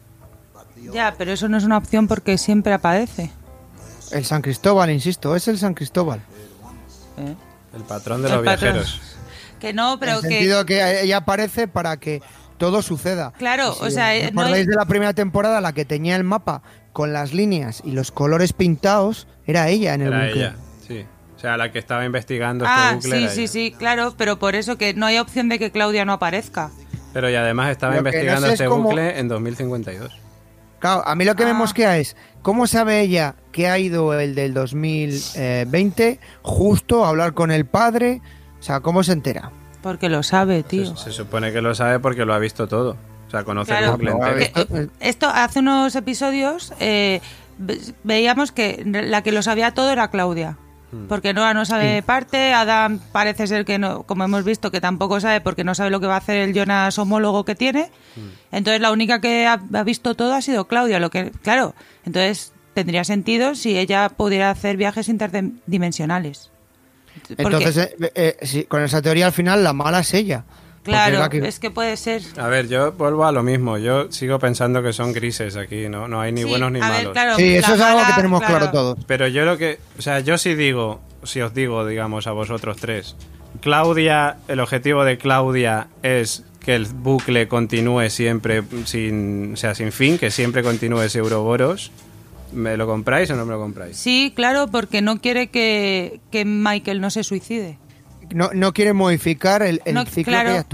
Ya, pero eso no es una opción porque siempre aparece. El San Cristóbal, insisto, es el San Cristóbal. ¿eh? El patrón de El los patrón. viajeros. Que no, En pero el que... sentido que ella aparece para que todo suceda. Claro, Y o sea, eh, no ¿recordáis hay- de la primera temporada, la que tenía el mapa con las líneas y los colores pintados? Era ella en el Era bucle. ella, sí. O sea, la que estaba investigando Ah, este bucle sí, era sí, ella. sí, claro, pero por eso que no hay opción de que Claudia no aparezca. Pero y además estaba Lo que no investigando sé es este cómo- bucle en dos mil cincuenta y dos. Claro, a mí lo que me Ah. mosquea es, ¿cómo sabe ella que ha ido el del dos mil veinte justo a hablar con el padre? O sea, ¿cómo se entera? Porque lo sabe, tío. Se, se supone que lo sabe porque lo ha visto todo. O sea, conoce Claro, el bucle Pero, entero. a ver, Que, eh, esto hace unos episodios eh, ve- veíamos que la que lo sabía todo era Claudia. Porque Noah no sabe parte, Adam parece ser que no, como hemos visto, que tampoco sabe porque no sabe lo que va a hacer el Jonas homólogo que tiene. Entonces la única que ha, ha visto todo ha sido Claudia, lo que, claro, entonces tendría sentido si ella pudiera hacer viajes interdimensionales. Porque, Entonces, eh, eh, sí, con esa teoría al final la mala es ella. Porque claro, es la que- es que puede ser. A ver, yo vuelvo a lo mismo. Yo sigo pensando que son grises aquí, ¿no? No hay ni Sí, buenos ni a ver, malos. claro, Sí, eso la es algo mala, que tenemos claro, claro. todos. Pero yo lo que... O sea, yo sí digo, si os digo, digamos, a vosotros tres, Claudia, el objetivo de Claudia es que el bucle continúe siempre sin... O sea, sin fin, que siempre continúe ese Ouroboros. ¿Me lo compráis o no me lo compráis? Sí, claro, porque no quiere que, que Michael no se suicide. No, no quiere modificar el, el No, ciclo claro. que hay actual.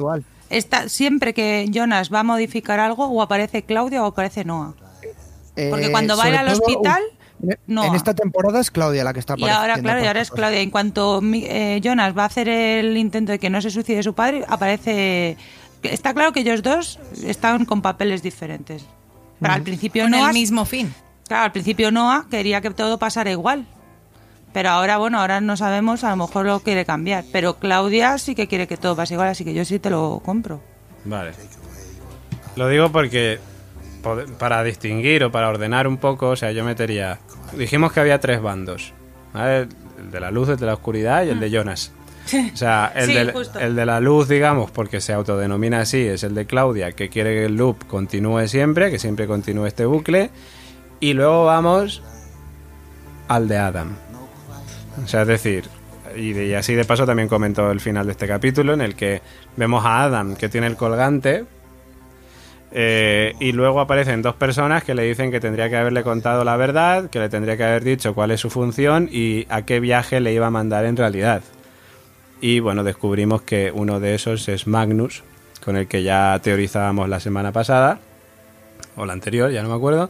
está siempre que Jonas va a modificar algo, o aparece Claudia o aparece Noah. Porque cuando va a ir sobre al todo, hospital, en, Noah. en esta temporada es Claudia la que está Y apareciendo. ahora, claro, y por ahora es cosas. Claudia. En cuanto eh, Jonas va a hacer el intento de que no se suicide su padre, aparece... Está claro que ellos dos están con papeles diferentes. Pero al principio Con Noah... el mismo fin. Claro, al principio Noah quería que todo pasara igual. Pero ahora, bueno, ahora no sabemos, a lo mejor lo quiere cambiar. Pero Claudia sí que quiere que todo pase igual, así que yo sí te lo compro. Vale. Lo digo porque pod- para distinguir o para ordenar un poco, o sea, yo metería... Dijimos que había tres bandos, ¿vale? El de la luz, el de la oscuridad y el de Jonas. O sea, el, Sí, de, justo. el de la luz, digamos, porque se autodenomina así, es el de Claudia, que quiere que el loop continúe siempre, que siempre continúe este bucle. Y luego vamos al de Adam. O sea, es decir, y, de- y así de paso también comentó el final de este capítulo, en el que vemos a Adam, que tiene el colgante, eh, y luego aparecen dos personas que le dicen que tendría que haberle contado la verdad, que le tendría que haber dicho cuál es su función y a qué viaje le iba a mandar en realidad. Y bueno, descubrimos que uno de esos es Magnus, con el que ya teorizábamos la semana pasada, o la anterior, ya no me acuerdo.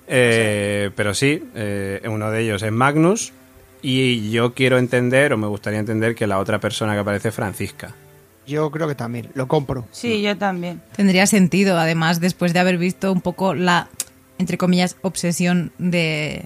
Eh, pero sí, eh, uno de ellos es Magnus, y yo quiero entender, o me gustaría entender, que la otra persona que aparece es Francisca. Yo creo que también, lo compro. Sí, yo también. Tendría sentido, además, después de haber visto un poco la, entre comillas, obsesión de,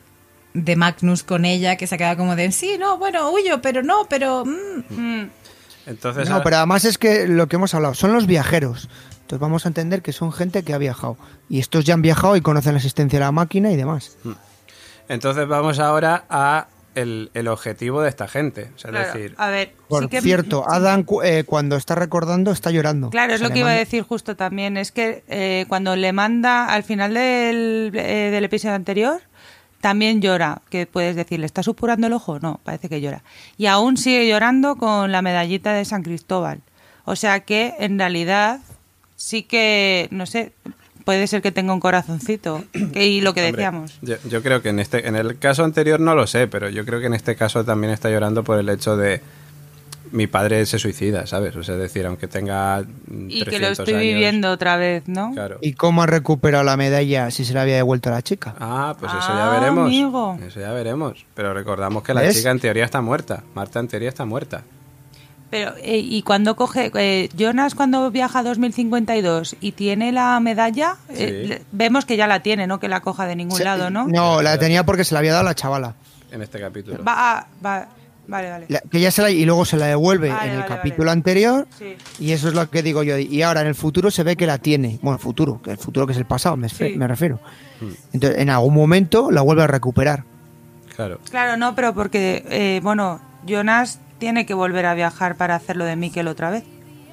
de Magnus con ella, que se queda como de, sí, no, bueno, huyo, pero no, pero... mm". Mm. Entonces, No, ahora- pero además es que lo que hemos hablado, son los viajeros. Entonces vamos a entender que son gente que ha viajado. Y estos ya han viajado y conocen la existencia de la máquina y demás. entonces vamos ahora a el, el objetivo de esta gente. O sea, es Claro, decir, a ver, Por sí que- cierto, Adam cu- eh, cuando está recordando está llorando. Claro, es Se lo le que iba a manda- decir justo también. Es que eh, cuando le manda al final del, eh, del episodio anterior, también llora. Que puedes decir, ¿le está supurando el ojo? No, parece que llora. Y aún sigue llorando con la medallita de San Cristóbal. O sea que, en realidad, sí que, no sé, puede ser que tenga un corazoncito. Que, y lo que hombre, decíamos. yo, yo creo que en este, en el caso anterior no lo sé, pero yo creo que en este caso también está llorando por el hecho de mi padre se suicida, ¿sabes? O sea, es decir, aunque tenga mm, Y que lo trescientos estoy años, viviendo otra vez, ¿no? Claro. ¿Y cómo ha recuperado la medalla si se la había devuelto a la chica? Ah, pues eso Ah, ya veremos. amigo. Eso ya veremos. Pero recordamos que la ¿Ves? chica en teoría está muerta. Marta en teoría está muerta. Pero, eh, y cuando coge, eh, Jonas cuando viaja a dos mil cincuenta y dos y tiene la medalla, eh, Sí. le- vemos que ya la tiene, ¿no? Que la coja de ningún Se- lado, ¿no? No, la tenía porque se la había dado a la chavala. En este capítulo. Va, a- va, vale, vale. La- que ya se la, y luego se la devuelve Vale, en el vale, capítulo vale. anterior. Sí. Y eso es lo que digo yo. Y ahora en el futuro se ve que la tiene. Bueno, futuro, que el futuro que es el pasado, me, Sí. me refiero. Entonces, en algún momento la vuelve a recuperar. Claro. Claro, no, pero porque, eh, bueno, Jonas tiene que volver a viajar para hacer lo de Mikel otra vez.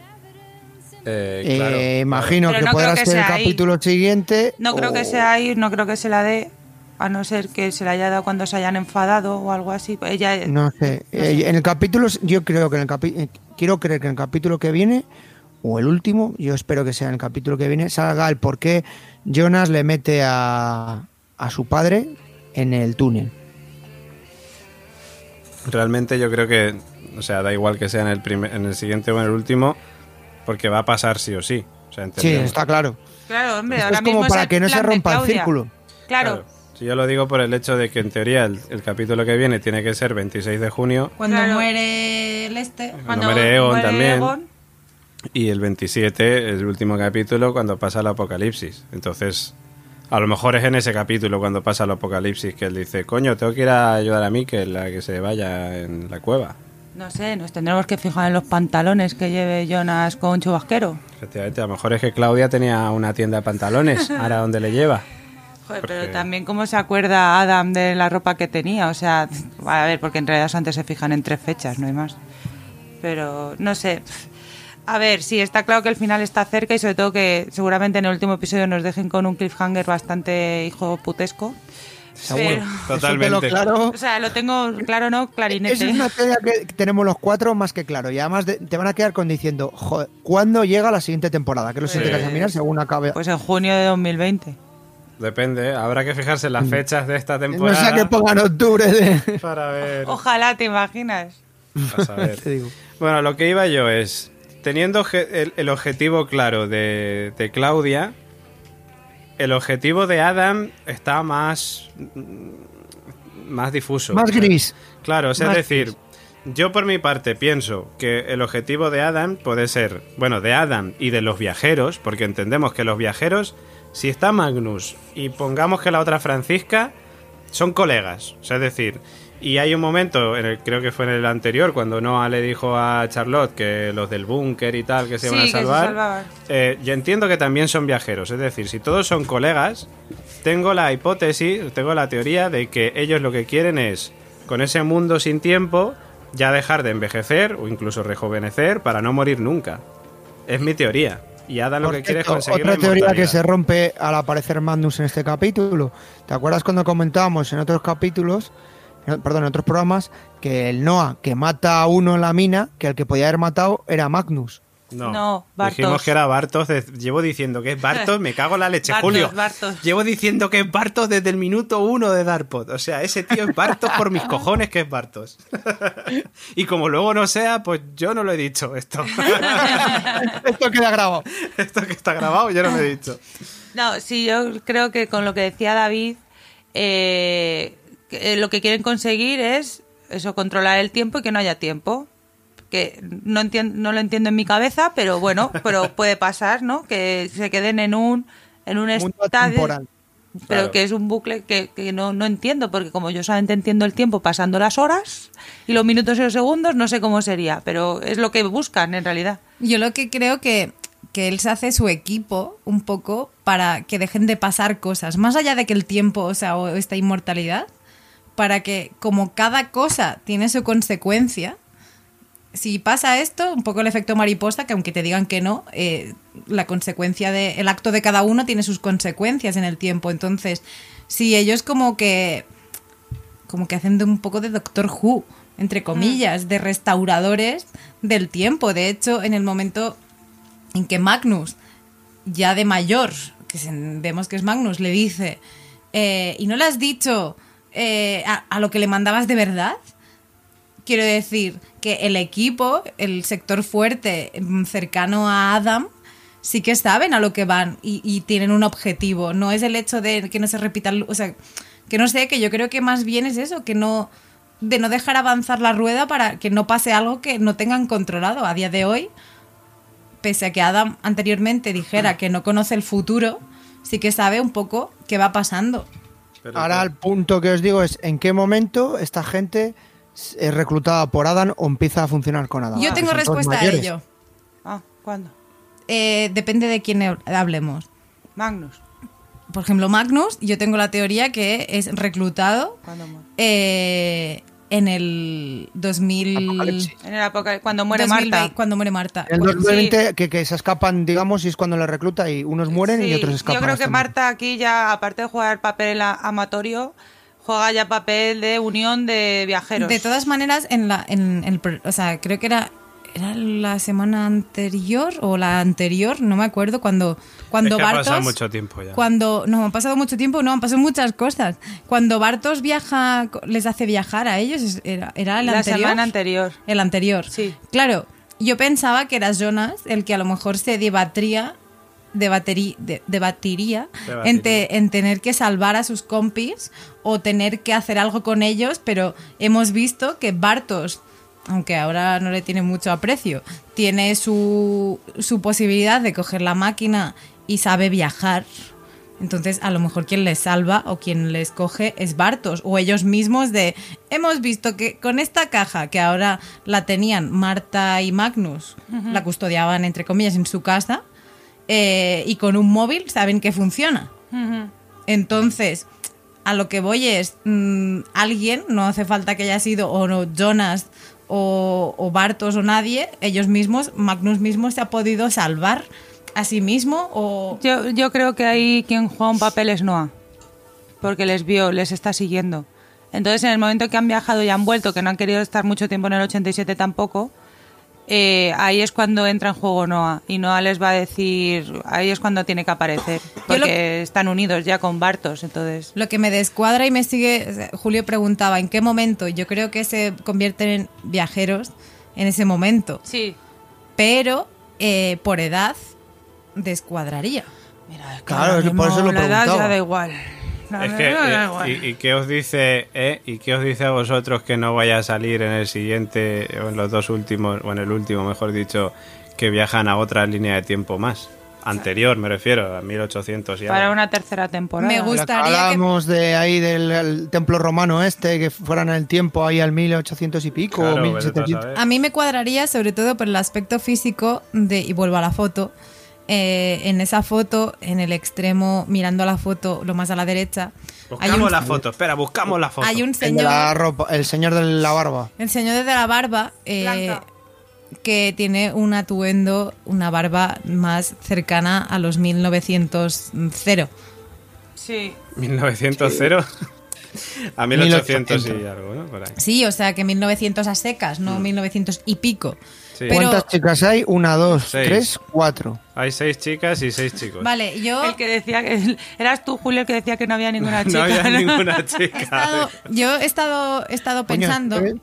Eh, Eh, claro, claro. imagino Pero que no podrá creo que ser el sea ahí. capítulo siguiente. No creo o- que sea ahí, no creo que se la dé, a no ser que se la haya dado cuando se hayan enfadado o algo así. Pues ella, No sé. No sé. Eh, en el capítulo, yo creo que en el capítulo. Quiero creer que en el capítulo que viene, o el último, yo espero que sea en el capítulo que viene, salga el por qué Jonas le mete a, a su padre en el túnel. Realmente yo creo que, o sea, da igual que sea en el, primer, en el siguiente o en el último, porque va a pasar sí o sí. O sea, Sí, entendemos. está claro. claro, hombre, Esto ahora es como mismo para el que no se plan de rompa el Claudia. círculo. Claro, Cuando Claro. muere el este... Cuando muere Egon muere también. Egon, y el veintisiete es el último capítulo cuando pasa el apocalipsis. Entonces, a lo mejor es en ese capítulo cuando pasa el apocalipsis que él dice, coño, tengo que ir a ayudar a Mikel a que se vaya en la cueva. no sé, nos tendremos que fijar en los pantalones que lleve Jonas con chubasquero. Efectivamente, a lo mejor es que Claudia tenía una tienda de pantalones, ahora dónde le lleva. Joder, Porque- pero también cómo se acuerda Adam de la ropa que tenía, o sea, a ver, porque en realidad antes se fijan en tres fechas, no hay más. Pero, no sé. A ver, sí, está claro que el final está cerca y sobre todo que seguramente en el último episodio nos dejen con un cliffhanger bastante hijo putesco. Seguro. Pero- Totalmente. Eso te lo claro. o sea, lo tengo claro, ¿no? Clarinete. Esa es una teoría que tenemos los cuatro más que claro. Y además de- te van a quedar con diciendo, joder, ¿cuándo llega la siguiente temporada? Que lo siguiente que vas a mirar según acabe. Pues en junio de dos mil veinte. Depende, habrá que fijarse en las fechas de esta no temporada sea que pongan octubre de... para ver. Ojalá, ¿te imaginas? a saber. Te digo. Bueno, lo que iba yo es, teniendo el, el objetivo claro de, de Claudia, el objetivo de Adam está más más difuso. Más gris. Claro, o sea, Más es decir, gris. Yo por mi parte pienso que el objetivo de Adam puede ser, bueno, de Adam y de los viajeros, porque entendemos que los viajeros, si está Magnus y pongamos que la otra Francisca, son colegas, o sea, es decir, y hay un momento, en el, creo que fue en el anterior, cuando Noah le dijo a Charlotte que los del búnker y tal, que se sí, iban a salvar, salvar. Eh, yo entiendo que también son viajeros, es decir, si todos son colegas, tengo la hipótesis, tengo la teoría de que ellos lo que quieren es, con ese mundo sin tiempo, ya dejar de envejecer o incluso rejuvenecer para no morir nunca. Es mi teoría. Y Adam lo que quiere es conseguir otra la teoría que inmortalidad. se rompe al aparecer Magnus en este capítulo. ¿Te acuerdas cuando comentábamos en otros capítulos, en- perdón, en otros programas, que el Noah que mata a uno en la mina, que el que podía haber matado era Magnus? No, No, Bartos. dijimos que era Bartos. de- Llevo diciendo que es Bartos, me cago en la leche, Bartos, Julio. Bartos. Llevo diciendo que es Bartos desde el minuto uno de Darkpod. O sea, ese tío es Bartos por mis cojones que es Bartos. Y como luego no sea, pues yo no lo he dicho esto. Esto queda grabado. Esto que está grabado yo no lo he dicho. No, sí, yo creo que con lo que decía David, eh, que, eh, lo que quieren conseguir es eso, controlar el tiempo y que no haya tiempo. Que no entiendo, no lo entiendo en mi cabeza, pero bueno, pero puede pasar, ¿no? Que se queden en un en un Mundo estadio, temporal. pero Claro. que es un bucle que, que no, no entiendo, porque como yo solamente entiendo el tiempo pasando las horas y los minutos y los segundos, no sé cómo sería, pero es lo que buscan en realidad. Yo lo que creo que, que él se hace su equipo un poco para que dejen de pasar cosas, más allá de que el tiempo, o sea, o esta inmortalidad, para que como cada cosa tiene su consecuencia, si pasa esto, un poco el efecto mariposa, que aunque te digan que no, eh, la consecuencia de el acto de cada uno tiene sus consecuencias en el tiempo. Entonces, si ellos como que como que hacen de un poco de Doctor Who, entre comillas, de restauradores del tiempo. De hecho, en el momento en que Magnus, ya de mayor, que se- vemos que es Magnus, le dice, eh, ¿y no le has dicho eh, a, a lo que le mandabas de verdad? Quiero decir que el equipo, el sector fuerte mm, cercano a Adam, sí que saben a lo que van y, y tienen un objetivo. No es el hecho de que no se repitan, o sea, que no sé, que yo creo que más bien es eso, que no, de no dejar avanzar la rueda para que no pase algo que no tengan controlado. A día de hoy, pese a que Adam anteriormente dijera que no conoce el futuro, sí que sabe un poco qué va pasando. Pero, Ahora el punto que os digo es en qué momento esta gente es reclutada por Adam o empieza a funcionar con Adam. Yo Que tengo son todos respuesta a mayores. ello. Ah, ¿cuándo? Eh, depende de quién he- hablemos. Magnus. Por ejemplo, Magnus, yo tengo la teoría que es reclutado ¿Cuándo muere? eh, en el dos mil... Apocalipsis. En el apocal- cuando muere dos mil veinte, Marta. Cuando muere Marta. En el Cuando- dos mil veinte que, que se escapan, digamos, y es cuando le recluta y unos mueren y Sí, otros escapan. Yo creo hasta que morir. Marta aquí ya, aparte de jugar papel a- amatorio, juega ya papel de unión de viajeros. De todas maneras, en la, en, el pro- o sea, creo que era, era la semana anterior o la anterior, no me acuerdo, cuando, cuando es que ha Bartos... pasado mucho tiempo ya. Cuando, no, han pasado mucho tiempo, no, han pasado muchas cosas. Cuando Bartos viaja, les hace viajar a ellos, es- era, era el la anterior. semana anterior. El anterior. Sí. Claro, yo pensaba que era Jonas el que a lo mejor se debatría, debaterí- de- debatiría Debatiría. en, te- en tener que salvar a sus compis o tener que hacer algo con ellos, pero hemos visto que Bartos, aunque ahora no le tiene mucho aprecio, tiene su, su posibilidad de coger la máquina y sabe viajar. Entonces, a lo mejor quien les salva o quien les coge es Bartos o ellos mismos de... Hemos visto que con esta caja, que ahora la tenían Marta y Magnus, la custodiaban, entre comillas, en su casa, eh, y con un móvil saben que funciona. Ujú. Entonces, a lo que voy es, mm, alguien, no hace falta que haya sido o no, Jonas o, o Bartos o nadie, ellos mismos, Magnus mismo se ha podido salvar a sí mismo o... Yo, yo creo que ahí quien juega un papel es Noah, porque les vio, les está siguiendo. Entonces, en el momento que han viajado y han vuelto, que no han querido estar mucho tiempo en el ochenta y siete tampoco, eh, ahí es cuando entra en juego Noah. Y Noah les va a decir, ahí es cuando tiene que aparecer, porque están unidos ya con Bartos, entonces... Lo que me descuadra y me sigue, o sea, Julio preguntaba, ¿en qué momento? Yo creo que se convierten en viajeros en ese momento. Sí, pero eh, por edad descuadraría. Mira, es que Claro, ahora es que por mismo eso lo la edad preguntaba. ya da igual. La Es que, edad da eh, igual. y, y qué os dice, eh? ¿Y qué os dice a vosotros que no vaya a salir en el siguiente, o en los dos últimos, o en el último, mejor dicho, que viajan a otra línea de tiempo más? Anterior, me refiero, a mil ochocientos y algo. Para una tercera temporada. Me gusta- Gustaría que- Hablábamos de ahí del el templo romano este, que fueran en el tiempo ahí al mil ochocientos y pico, Claro, o vete tú a mil setecientos. saber. A mí me cuadraría sobre todo por el aspecto físico de, y vuelvo a la foto, eh, en esa foto, en el extremo, mirando la foto, lo más a la derecha, hay Buscamos un, la foto, espera, buscamos la foto. hay un El de señor, la ropa, el señor de la barba. el señor desde la barba, eh, Blanca. que tiene un atuendo, una barba más cercana a los mil novecientos cero. Sí. mil novecientos cero a mil ochocientos y mil ochocientos. algo, ¿no? Por ahí. Sí, o sea que mil novecientos a secas, no mil novecientos y pico. Sí. Pero- ¿Cuántas chicas hay? Una, dos, Seis. tres, cuatro. Hay seis chicas y seis chicos. Vale, yo El que decía que eras tú, Julio, el que decía que no había ninguna chica. No había ¿no? ninguna he chica. estado, yo he estado, he estado Coño, pensando... ¿eh?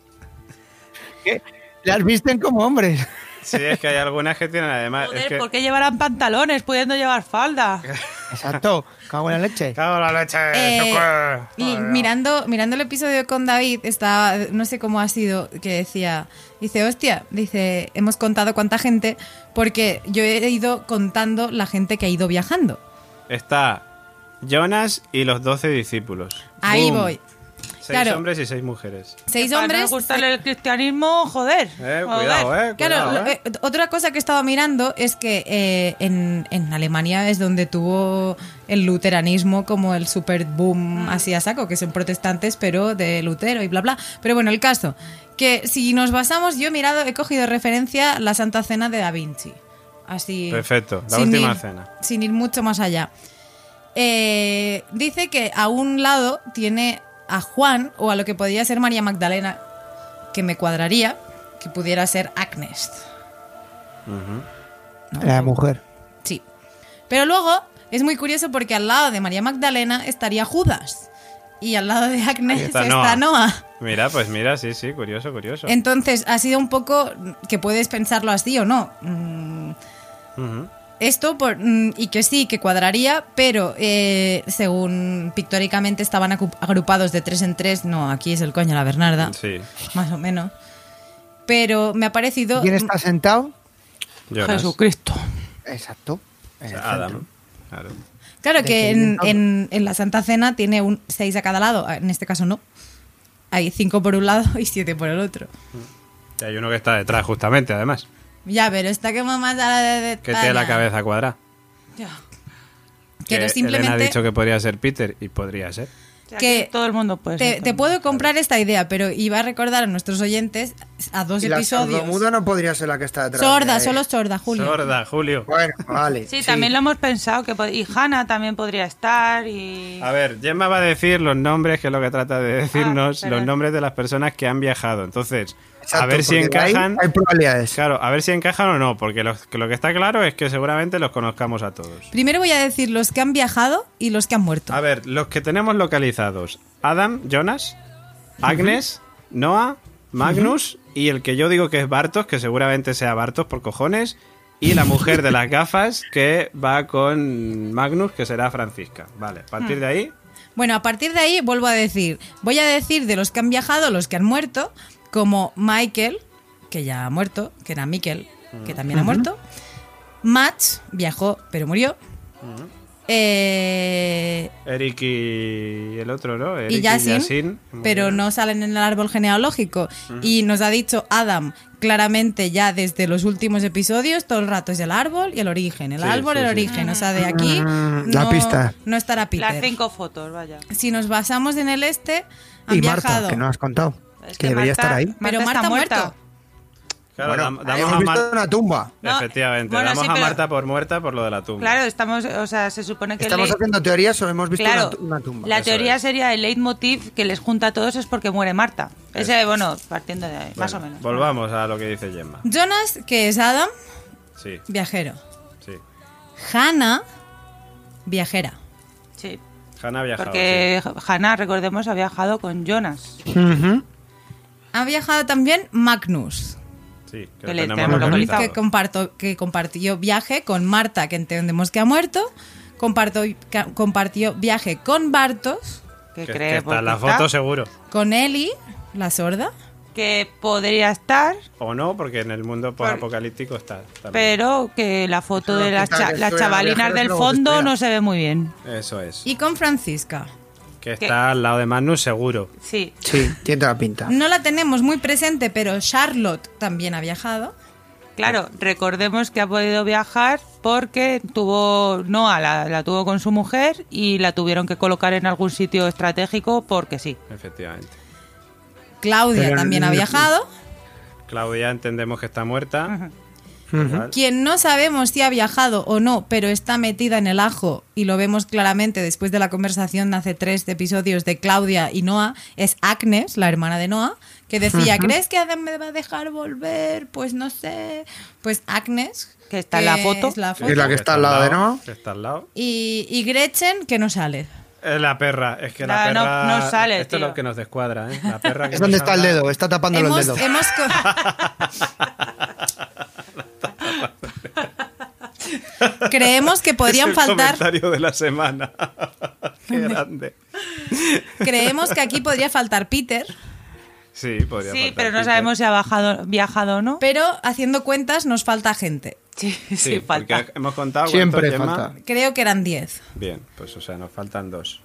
¿Qué? Las visten como hombres. Sí, es que hay algunas que tienen además... Joder, es que... ¿por qué llevarán pantalones pudiendo llevar falda? Exacto. Cago en la leche. ¡Cago en la leche! Eh, ¡Socorro! y mirando, mirando el episodio con David, estaba, no sé cómo ha sido, que decía, dice, hostia, dice, hemos contado cuánta gente, porque yo he ido contando la gente que ha ido viajando. Está Jonas y los doce discípulos. Ahí Boom. voy. Seis Claro. hombres y seis mujeres. Seis Para hombres. no gustarle el cristianismo, joder. Eh, joder. cuidado, eh. Claro, cuidado, lo- eh. eh, otra cosa que he estado mirando es que eh, en, en Alemania es donde tuvo el luteranismo como el super boom así a saco, que son protestantes pero de Lutero y bla bla. Pero bueno, el caso, que si nos basamos, yo he mirado, he cogido referencia la Santa Cena de Da Vinci. Así. Perfecto, la sin última ir- cena. Sin ir mucho más allá. Eh, dice que a un lado tiene a Juan o a lo que podría ser María Magdalena, que me cuadraría, que pudiera ser Agnes. ¿No? La mujer. Sí. Pero luego es muy curioso porque al lado de María Magdalena estaría Judas y al lado de Agnes Ahí está, está Noah. Noah. Mira, pues mira, sí, sí, curioso, curioso. Entonces ha sido un poco que puedes pensarlo así o no. Mm, Ujú. Esto por, mm, y que sí, que cuadraría, pero eh, según pictóricamente estaban acu- agrupados de tres en tres. No, aquí es el coño la Bernarda, Sí, más o menos. Pero me ha parecido... ¿Quién está sentado? Jonas. Jesucristo. Exacto. En el Adam. centro. Claro. Claro ¿De que qué en, inventado? en- en la Santa Cena tiene un seis a cada lado, en este caso no. Hay cinco por un lado y siete por el otro. Y hay uno que está detrás, justamente, además. Ya, pero está como más a la de... de Que tiene la talla. cabeza cuadrada. Ya. Pero Que simplemente... Elena ha dicho que podría ser Peter y podría ser. O sea, Que aquí todo el mundo puede Te, ser te también. puedo comprar esta idea, pero iba a recordar a nuestros oyentes a dos Y la episodios. sordomuda no podría ser la que está detrás. Sorda, de- solo sorda, Julio. Sorda, Julio. Bueno, vale. Sí, también lo hemos pensado. que pod- Y Hannah también podría estar. Y... A ver, Gemma va a decir los nombres, que es lo que trata de decirnos, Ah, pero- los nombres de las personas que han viajado. Entonces, Exacto, a ver si porque de ahí encajan. Hay probabilidades. Claro, a ver si encajan o no, porque los- que lo que está claro es que seguramente los conozcamos a todos. Primero voy a decir los que han viajado y los que han muerto. A ver, los que tenemos localizados: Adam, Jonas, Agnes, Noah, Magnus y el que yo digo que es Bartos, que seguramente sea Bartos por cojones, y la mujer de las gafas que va con Magnus, que será Francisca. Vale, a partir de ahí, Bueno, a partir de ahí vuelvo a decir, voy a decir de los que han viajado, los que han muerto, como Michael, que ya ha muerto, que era Mikel, que también ha muerto. Max viajó, pero murió. Eh, Eric y el otro, ¿no? Eric y Yasin, Yasin, pero no salen en el árbol genealógico. Y nos ha dicho Adam claramente ya desde los últimos episodios, todo el rato es el árbol y el origen, el Sí, árbol, sí, el sí. origen. O sea, de aquí Mm, la no, pista. no estará Peter. Las cinco fotos, vaya. Si nos basamos en el este, han Y viajado. Marta, que no has contado. Es que debería Marta- estar ahí. Pero está Marta ha muerta. muerto. Claro, Bueno, dam- damos hemos a visto Mar- una tumba. No, Efectivamente, bueno, damos sí, a pero- Marta por muerta por lo de la tumba. Claro, estamos, o sea, se supone que Estamos el leit- haciendo teorías o hemos visto claro, una, una tumba. la Eso teoría es. sería el leitmotiv que les junta a todos es porque muere Marta. Ese, bueno, partiendo de ahí, más o Bueno, menos. Volvamos a lo que dice Gemma. Jonas, que es Adam, Sí, viajero. sí. Hannah, viajera. Sí, Hannah ha viajado. porque Hannah, recordemos, ha viajado con Jonas. Ujú. Ha viajado también Magnus. Sí, que, Que lo le tenemos tenemos localizado. que, comparto, que compartió viaje con Marta, que entendemos que ha muerto. Comparto, ca- compartió viaje con Bartos, Que Que, cree que está en la porque foto está, seguro. con Eli, la sorda. que podría estar, O no, porque en el mundo apocalíptico está. también. pero que la foto Eso de no las, quita cha- que las estuviera chavalinas viajero, del luego que fondo estuviera. no se ve muy bien. Eso es. Y con Francisca. Que está al lado de Magnus seguro. Sí. Sí, tiene toda la pinta. No la tenemos muy presente, pero Charlotte también ha viajado. Claro, recordemos que ha podido viajar porque tuvo Noah la, la tuvo con su mujer y la tuvieron que colocar en algún sitio estratégico porque sí. Efectivamente. Claudia Pero- también ha viajado. Claudia entendemos que está muerta. Ujú. ¿Vale? Quien no sabemos si ha viajado o no, pero está metida en el ajo, y lo vemos claramente después de la conversación de hace tres episodios de Claudia y Noah, es Agnes, la hermana de Noah, que decía, ¿crees que Adam me va a dejar volver? Pues no sé. Pues Agnes, Que está en la foto. es la Es la foto. que está al lado de Noah. Que está al lado. Y, y Gretchen, que no sale. Es la perra. Es que No, la no- perra. no sale, Esto es tío. lo que nos descuadra, ¿eh? La perra que Es donde nos está el habla. dedo, está tapándolo Hemos, el dedo. hemos co- Creemos que podrían Es el faltar. comentario de la semana. Qué grande. Creemos que aquí podría faltar Peter, Sí, podría Sí, faltar pero no Peter. sabemos si ha bajado, viajado o no. pero haciendo cuentas nos falta gente. Sí, sí, Sí, falta. porque hemos contado Siempre cuántos, Gemma? falta. Creo que eran diez. Bien, pues o sea, nos faltan dos.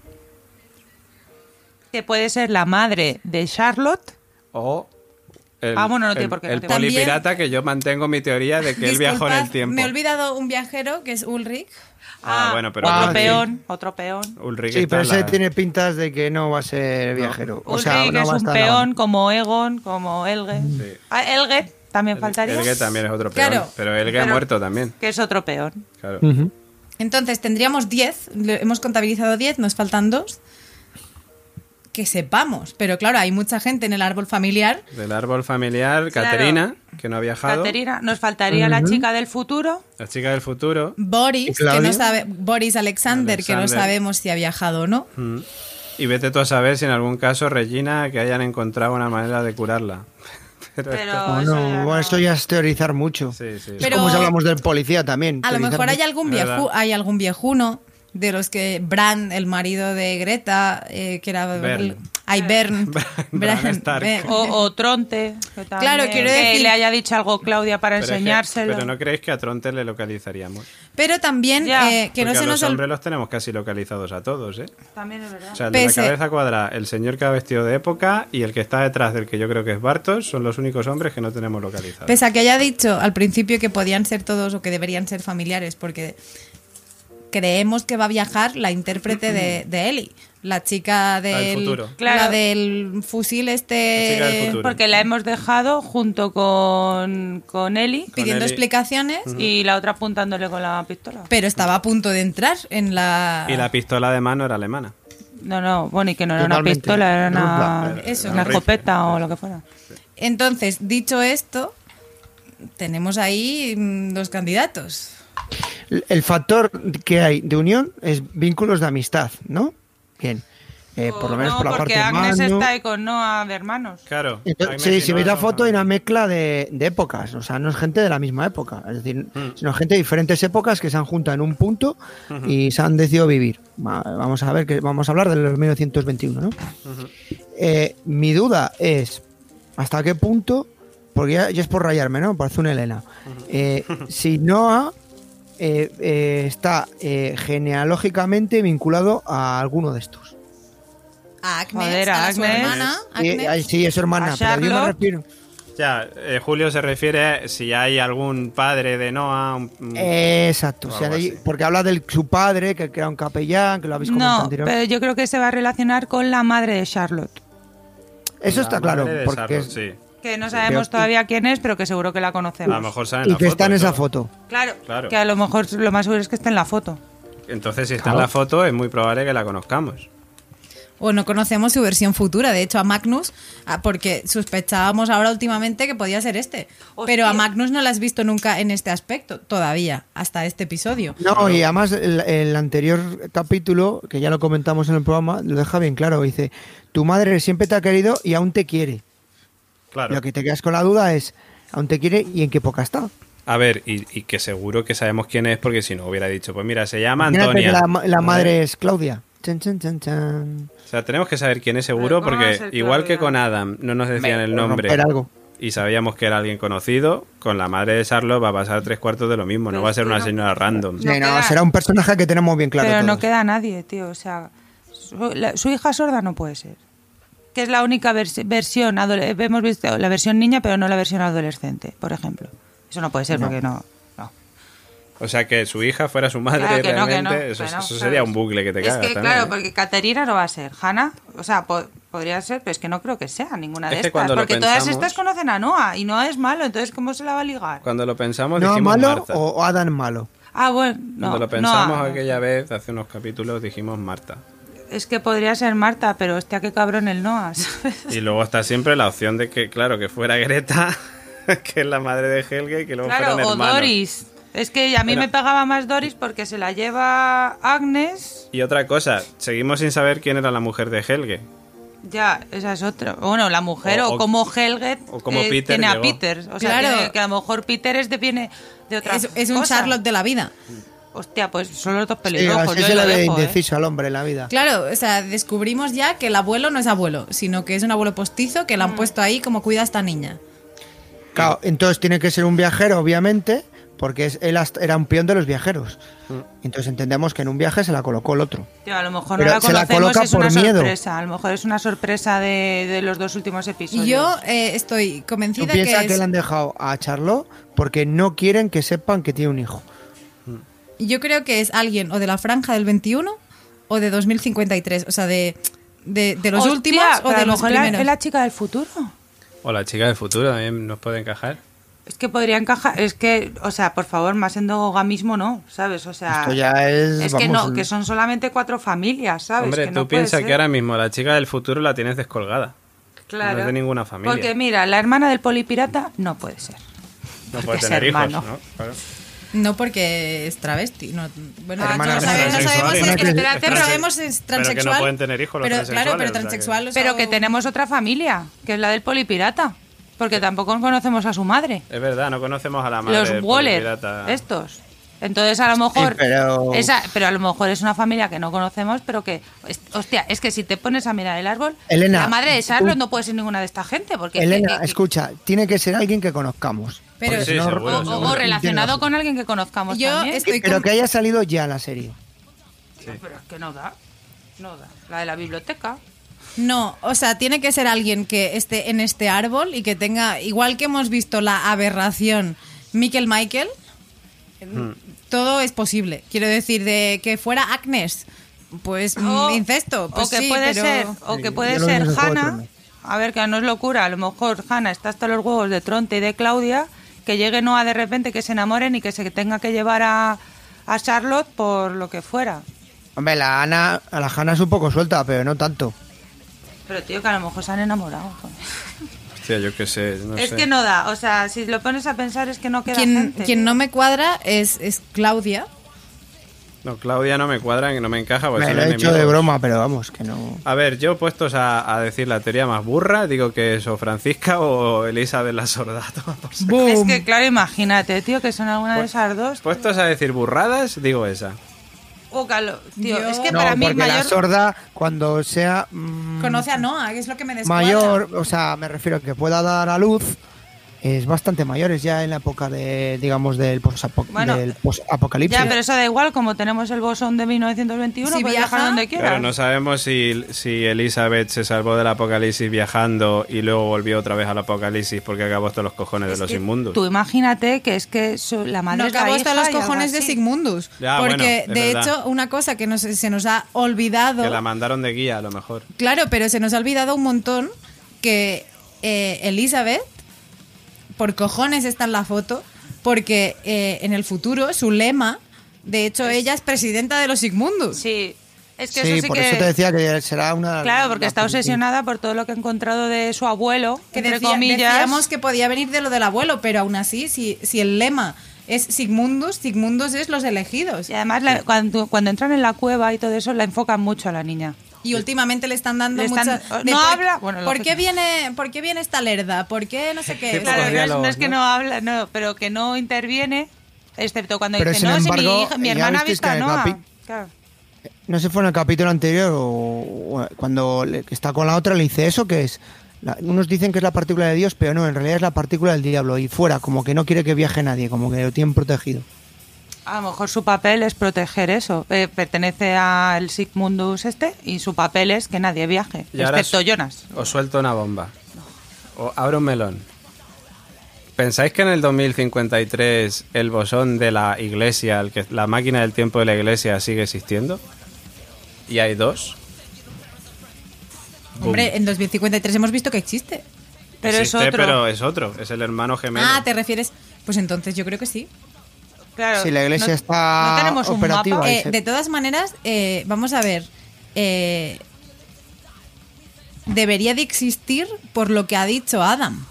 Que puede ser la madre de Charlotte. O el, Ah, bueno, no tiene el- por qué, no el tiene por qué. polipirata, que yo mantengo mi teoría de que él viajó en el Disculpad, tiempo. me he olvidado un viajero que es Ulrich. Ah, bueno, pero otro Ah, peón, otro peón. Ulrich Sí, está pero en ese la- tiene pintas de que no va a ser viajero. O sea, Ulrich no es va a un estar en la peón banda. como Egon, como Elge. Sí. Ah, Elge también faltaría. Elge también es otro peón. Claro. Pero Elge ha Pero- muerto también. Que es otro peón. Claro. Ujú. Entonces tendríamos diez, le- hemos contabilizado diez, nos faltan dos. Que sepamos, pero claro, hay mucha gente en el árbol familiar. Del árbol familiar, Claro. Caterina, que no ha viajado. Caterina, nos faltaría la chica del futuro. La chica del futuro. Boris, ¿Y que Claudia? no sabe, Boris Alexander, que no Alexander. sabemos si ha viajado o no. Mm. Y vete tú a saber si en algún caso, Regina, que hayan encontrado una manera de curarla. Pero, Pero esto- Bueno, eso ya bueno, no- esto ya es teorizar mucho. Sí, sí. Pero- Es como si hablamos del policía también. A lo teorizar mejor hay mucho. algún, ¿Verdad? vieju, hay algún viejuno de los que Bran, el marido de Greta, eh, que era... Bern. Ay, Bern. Bran Stark. Bern. O, o Tronte, que también- Claro, quiero que decir- le haya dicho algo Claudia para Pero es que- enseñárselo. pero no creéis que a Tronte le localizaríamos. Pero también Ya. eh, que no Porque se a nos los ol- hombres los tenemos casi localizados a todos, ¿eh? También es verdad. O sea, el de la Pese- cabeza cuadrada, el señor que ha vestido de época y el que está detrás del que yo creo que es Bartos son los únicos hombres que no tenemos localizados. Pese a que haya dicho al principio que podían ser todos o que deberían ser familiares, porque creemos que va a viajar la intérprete de, de Ellie, la chica del, futuro. Claro. la del fusil La chica del este futuro. Porque la hemos dejado junto con, con Eli pidiendo Ellie. explicaciones, y la otra apuntándole con la pistola. pero estaba a punto de entrar en la... Y la pistola de mano era alemana. No, no, bueno, y que no era una Totalmente. pistola, era una, Rifle. Eso. una Un rifle. escopeta o lo que fuera. Entonces, dicho esto, tenemos ahí mm, dos candidatos. El factor que hay de unión es vínculos de amistad, ¿no? Bien. Eh, por lo menos no, por la porque parte de Agnes Manu. está ahí con Noah de hermanos. Claro. Entonces, Agnes sí, y si Noah veis la son foto hay una familia. mezcla de, de épocas, o sea, no es gente de la misma época, es decir, Mm. sino gente de diferentes épocas que se han juntado en un punto y se han decidido vivir. Va- Vamos a ver, que vamos a hablar de los mil novecientos veintiuno, ¿no? Eh, mi duda es, ¿hasta qué punto? Porque ya, ya es por rayarme, ¿no? Por hacer una Elena. Eh, si Noah eh, eh, está eh, genealógicamente vinculado a alguno de estos. A Agnes, Joder, a, a la su Agnes. hermana, Sí, Agnes. ay, sí, es su hermana, A pero yo me Charlotte. refiero... Ya, eh, Julio se refiere si hay algún padre de Noah. un- un- Exacto, O o sea, algo de- así. porque habla de su padre, que era un capellán, que lo habéis comentado No, anteriormente. pero yo creo que se va a relacionar con la madre de Charlotte. Eso la está claro, madre de porque Charlotte, es- sí. Que no sabemos Pero- todavía quién es, pero que seguro que la A conocemos. lo mejor sale en y la que foto está en y esa todo. foto. Claro, Claro. que a lo mejor lo más seguro es que esté en la foto. Entonces, si está Claro. en la foto, es muy probable que la conozcamos. O no conocemos su versión futura. De hecho, a Magnus, ah, porque sospechábamos ahora últimamente que podía ser este. Hostia. Pero a Magnus no la has visto nunca en este aspecto, todavía, hasta este episodio. No, y además el, el anterior capítulo, que ya lo comentamos en el programa, lo deja bien claro. Dice, tu madre siempre te ha querido y aún te quiere. Claro. Lo que te quedas con la duda es, aún te quiere y en qué época está. A ver, y, y que seguro que sabemos quién es, porque si no hubiera dicho, pues mira, se llama Imagínate Antonia. que la, la madre es Claudia. Chan, chan, chan, chan. O sea, tenemos que saber quién es seguro, ¿Cómo va a porque ser igual que Claudia? con Adam no nos decían Me- el nombre romper algo. y sabíamos que era alguien conocido, con la madre de Charlotte va a pasar tres cuartos de lo mismo, no Pero va a es ser que una no- señora random. No Sí, no, queda- será un personaje que tenemos bien claro Pero no todos. queda nadie, tío. O sea, su, la- su hija sorda no puede ser. Que es la única vers- versión. adole- Hemos visto la versión niña, pero no la versión adolescente, por ejemplo. Eso no puede ser No. porque no. no. O sea, que su hija fuera su madre Claro que no, que realmente, no, eso, que no, eso ¿sabes? sería un bucle que te Es cagas que, también, claro, ¿eh? porque Caterina no va a ser. Hanna, o sea, po- podría ser, pero es que no creo que sea ninguna Es de que estas. cuando lo Porque todas pensamos- estas conocen a Noah y Noah es malo, entonces ¿cómo se la va a ligar? Cuando lo pensamos ¿No dijimos malo Marta. o, o Adam malo? Ah, bueno, no. Cuando lo pensamos Noah. aquella vez, hace unos capítulos, dijimos Marta. Es que podría ser Marta, pero hostia, qué cabrón el Noah, ¿sabes? Y luego está siempre la opción de que, claro, que fuera Greta, que es la madre de Helge, y que luego Claro, fueran o hermanos. Doris. Es que a mí Bueno. me pegaba más Doris porque se la lleva Agnes. Y otra cosa, seguimos sin saber quién era la mujer de Helge. Ya, esa es otra. Bueno, la mujer, O- o, o- como Helget o como eh, Peter tiene a llegó. Peter. O sea, Claro. tiene- que a lo mejor Peter es de, viene de otra Es, es un cosa. Charlotte de la vida. Hostia, pues son los dos Sí, pelirrojos. así yo se lo le ve dejo, ¿eh? indeciso al hombre en la vida. Claro, o sea, descubrimos ya que el abuelo no es abuelo, sino que es un abuelo postizo que le Mm. han puesto ahí como cuida a esta niña. Claro, entonces tiene que ser un viajero, obviamente, porque es, él hasta- era un peón de los viajeros. Entonces entendemos que en un viaje se la colocó el otro. Tío, a lo mejor Pero no la se la conocemos, coloca es una por miedo. sorpresa. A lo mejor es una sorpresa de, de los dos últimos episodios. Yo eh, estoy Tú convencida que, piensas que es- le han dejado a Charlotte porque no quieren que sepan que tiene un hijo. yo creo que es alguien o de la franja del veintiuno o de dos mil cincuenta y tres, o sea, de, de, de los Hostia, últimos o pero a de lo los mejor la- primeros. es la chica del futuro. O la chica del futuro también nos puede encajar. Es que podría encajar, es que, o sea, por favor, más endogamismo no, ¿sabes? O sea, Esto ya es, es que vamos, no, que son solamente cuatro familias, ¿sabes? Hombre, que tú no puede piensas ser. que ahora mismo la chica del futuro la tienes descolgada. Claro. No es de ninguna familia. Porque mira, la hermana del polipirata no puede ser. no porque puede es tener hijos, hermano. ¿no? Claro. No porque es travesti. No, bueno, Hermana no, sabemos, no transexual. sabemos si es, Espérate, pero espérate. sabemos si es Pero que no transexual. pueden tener hijos los pero, transexuales, Claro, pero o sea que- transexual. o Pero sea, que tenemos otra familia, que es la del polipirata. Porque tampoco conocemos a su madre. Es verdad, no conocemos a la madre Los del Waller, polipirata. estos. Entonces, a lo mejor. Sí, pero- Esa, pero a lo mejor es una familia que no conocemos, pero que. es- Hostia, es que si te pones a mirar el árbol. Elena, la madre de Charlotte tú- no puede ser ninguna de esta gente. Porque es que- Elena, que- que- escucha, tiene que ser alguien que conozcamos. Pero- Porque Sí, si no, seguro, O, seguro. o relacionado con alguien que conozcamos Yo también. estoy Pero con- que haya salido ya la serie. Pero es que no da. No da. La de la biblioteca. No, o sea, tiene que ser alguien que esté en este árbol y que tenga, igual que hemos visto la aberración Michael Michael, todo es posible. Quiero decir, de que fuera Agnes, pues mm, O- incesto, pues o que sí, puede pero... ser, o que Sí, puede ya lo ser vimos en Juego de Hannah. Tronos. A ver, que no es locura. A lo mejor Hannah está hasta los huevos de Tronte y de Claudia. Que llegue Noah de repente, que se enamoren y que se tenga que llevar a, a Charlotte por lo que fuera. Hombre, la Ana, a la Hanna es un poco suelta, pero no tanto. Pero tío, que a lo mejor se han enamorado. joder. Hostia, yo qué sé, no es sé. que no da. O sea, si lo pones a pensar es que no queda Quien, gente. quien no me cuadra es, es Claudia. No, Claudia no me cuadra, no me encaja. Porque Me son lo he hecho enemigos. de broma, pero vamos, que no. A ver, yo puestos a, a decir la teoría más burra, digo que es o Francisca o Elizabeth la sorda. toma por saco. Es que, claro, imagínate, tío, que son alguna de Pues- esas dos. Puestos a decir burradas, digo esa. O calo- tío, Yo- es que No, para mí el porque la mayor... sorda, cuando sea mm, Conoce a Noah, que es lo que me descuadra. mayor, o sea, me refiero a que pueda dar a luz, es bastante mayor, es ya en la época de, digamos, del posapo- Bueno, del posapocalipsis. Ya, pero eso da igual, como tenemos el bosón de mil novecientos veintiuno, Si pues viaja, viajar donde quieras. Claro, no sabemos si, si Elizabeth se salvó del apocalipsis viajando y luego volvió otra vez al apocalipsis porque acabó hasta los cojones Es de los que inmundos. Tú imagínate que es que su- la madre No es la acabó hasta hija los y algo cojones de así. Sigmundus. Ya, porque, bueno, es de verdad. hecho, una cosa que nos- se nos ha olvidado... Que la mandaron de guía, a lo mejor. Claro, pero se nos ha olvidado un montón que eh, Elizabeth, por cojones está en la foto, porque eh, en el futuro su lema, de hecho, ella es presidenta de los Sigmundus. Sí, es que sí, eso sí por que... eso te decía que será una. Claro, porque una está política. obsesionada por todo lo que ha encontrado de su abuelo, Que entre decía- comillas. decíamos que podía venir de lo del abuelo, pero aún así, si, si el lema es Sigmundus, Sigmundus es los elegidos. Y además, la- cuando, cuando entran en la cueva y todo eso, la enfocan mucho a la niña. Y últimamente le están dando Le están- muchas... no habla- bueno, ¿por lógico. qué viene ¿por qué viene esta lerda? ¿Por qué no sé qué? Qué O sea, pocos Claro, no es, diálogos, no es que ¿no? no habla, no, pero que no interviene, excepto cuando Pero dice, sin no, si embargo, mi, hija, mi ya hermana ha visteis visto que a en el Noah. capi- Claro. No sé, fue en el capítulo anterior o, o cuando le- está con la otra le dice eso, que es... la- unos dicen que es la partícula de Dios, pero no, en realidad es la partícula del diablo. Y fuera, como que no quiere que viaje nadie, como que lo tienen protegido. A lo mejor su papel es proteger eso. Eh, pertenece al Sigmundus este y su papel es que nadie viaje, Y ahora excepto os- Jonas. Os suelto una bomba. O abro un melón. ¿Pensáis que en el dos mil cincuenta y tres el bosón de la iglesia, el que, la máquina del tiempo de la iglesia sigue existiendo? ¿Y hay dos? hombre, en dos mil cincuenta y tres hemos visto que existe. Pero Existe, es otro. pero es otro. Es el hermano gemelo. Ah, ¿te refieres? Pues entonces yo creo que sí. Claro, Si la iglesia no- está no tenemos un operativa. mapa. Ahí Eh, se- de todas maneras, eh, vamos a ver. eh, debería de existir por lo que ha dicho Adam.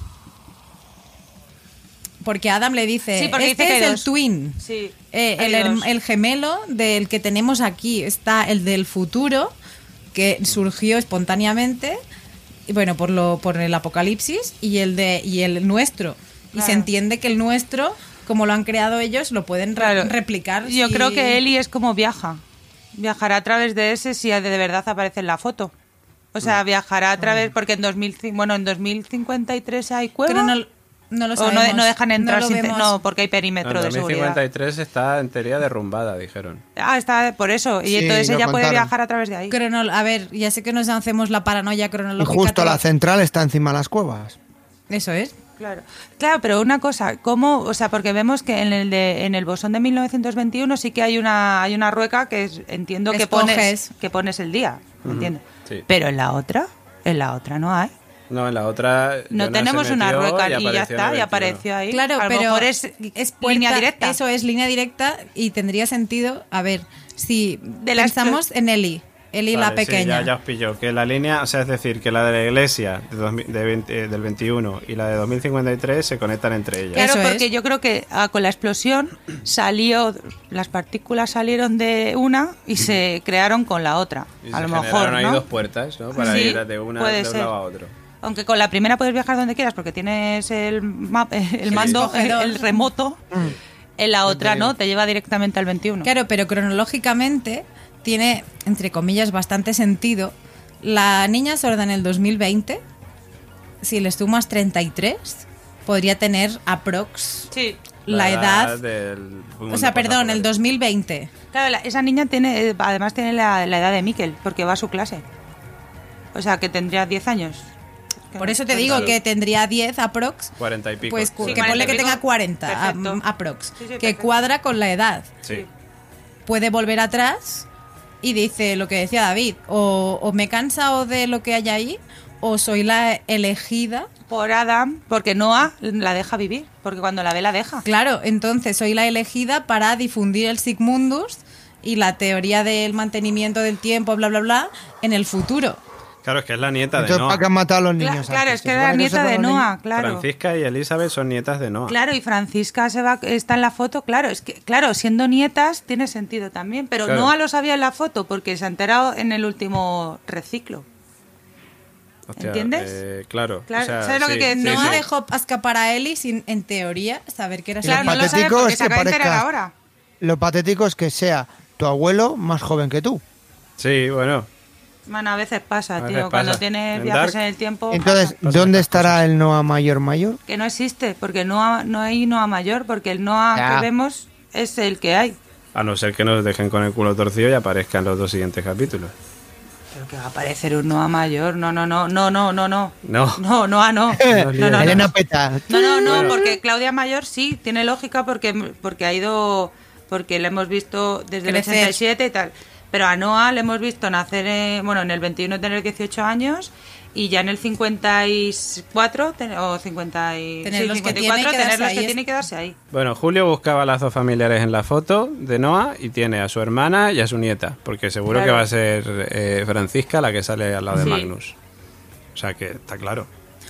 Porque Adam le dice, Sí, porque este dice que es hay el dos". twin. Sí, Eh, hay el, dos. herm- el gemelo del que tenemos aquí está el del futuro, que surgió espontáneamente, y bueno, por lo por el apocalipsis, y el de y el nuestro. Y Claro. se entiende que el nuestro, como lo han creado ellos, lo pueden re- Claro. replicar. Yo si- creo que Eli es como viaja. Viajará a través de ese si de verdad aparece en la foto. O Mm. sea, viajará a través porque en dos mil cin- bueno, en dos mil cincuenta y tres hay cueva. Pero no, no lo o sabemos. no, no dejan entrar no lo sin- vemos. no, porque hay En perímetro de dos mil seguridad. cincuenta y tres está en teoría derrumbada, dijeron. Ah, está por eso. Y Sí, entonces lo ella puede contaron. viajar a través de ahí. Cronol- a ver, ya sé que nos hacemos la paranoia Y cronológica. justo la todo- central está encima de las cuevas. Eso es. Claro, claro, pero una cosa, ¿cómo? O sea, porque vemos que en el de, en el bosón de mil novecientos veintiuno sí que hay una hay una rueca que es- entiendo que Escoges. pones que pones el día, ¿entiendes? sí. Pero en la otra, en la otra no hay. No, en la otra... No Jonas tenemos se una metió rueca y, apareció ya en el está, y veintiuno. apareció ahí. Claro, a lo pero mejor es, es línea puerta- directa. Eso es línea directa y tendría sentido. A ver, si De la pensamos en Eli, Eli la Vale, sí, pequeña. ya, ya os pilló. Que la línea, o sea, es decir, que la de la iglesia de dos mil de veinte, eh, del veintiuno y la de dos mil cincuenta y tres se conectan entre ellas. Claro, Eso porque es. yo creo que ah, con la explosión salió, las partículas salieron de una y se crearon con la otra. Y a se lo mejor, generaron ahí ¿no? dos puertas, ¿no? Para Sí, ir de una puede de un ser. lado a otro. Aunque con la primera puedes viajar donde quieras porque tienes el, map- el mando, el, escogedor. el remoto. En la otra no, te lleva directamente al veintiuno. Claro, pero cronológicamente tiene, entre comillas, bastante sentido. La niña sorda en el dos mil veinte, si le sumas treinta y tres, podría tener aprox Sí. la, edad. del O mundo sea, perdón, el postapocalíptico. dos mil veinte. Claro, la- esa niña tiene, eh, además tiene la, la edad de Miquel, porque va a su clase. O sea, que tendría diez años. Por eso te digo Claro. que tendría diez aprox. cuarenta y pico. Pues cu- Sí, que cuarenta ponle y que pico. tenga cuarenta Perfecto. a- aprox. Sí, sí, que perfecto. cuadra con la edad. Sí. Puede volver atrás y dice lo que decía David, o, o me he cansado de lo que hay ahí, o soy la elegida. Por Adam, porque Noah la deja vivir, porque cuando la ve la deja. Claro, entonces soy la elegida para difundir el Sigmundus y la teoría del mantenimiento del tiempo, bla, bla, bla, en el futuro. Claro, es que es la nieta de Entonces, Noah. ¿para qué han matado a los Cla- niños? claro, antes? es que Se era la supone nieta son de los niños- Noah, claro. Francisca y Elizabeth son nietas de Noah. Claro, y Francisca se va, está en la foto, claro, es que, claro, siendo nietas tiene sentido también, pero Claro. Noah lo sabía en la foto porque se ha enterado en el último reciclo. Hostia, ¿entiendes? eh, claro. Claro, o sea, ¿sabes lo que sí, quiero sí, decir? Noah sí. dejó escapar a Ellie sin, en teoría, saber que era su Claro, no lo sabe patético porque es se que acaba de enterar parezca- ahora. Lo patético es que sea tu abuelo más joven que tú. Sí, bueno. Bueno, a veces pasa, A tío, veces cuando pasa. tienes En viajes Dark- en el tiempo. Entonces, pasa. ¿dónde estará el Noah mayor mayor? Que no existe, porque Noah, no hay Noah mayor, porque el Noah Ya. que vemos es el que hay. A no ser que nos dejen con el culo torcido y aparezcan los dos siguientes capítulos. Pero que va a aparecer un Noah mayor. No, no, no, no, no, no, no. No. No, Noah no. No, no, no. Elena Peta. No, no, no, Bueno. porque Claudia Mayor sí, tiene lógica porque, porque ha ido, porque la hemos visto desde el Crecer. ochenta y siete y tal. Pero a Noah le hemos visto nacer, eh, bueno, en el veintiuno tener dieciocho años y ya en el cincuenta y cuatro ten- o cincuenta y, Tener sí, los que cincuenta y tiene y cuatro, tener quedarse los ahí que es- tiene y quedarse ahí. Bueno, Julio buscaba lazos familiares en la foto de Noah y tiene a su hermana y a su nieta, porque seguro Claro. que va a ser eh, Francisca la que sale al lado de Sí. Magnus. O sea que está claro.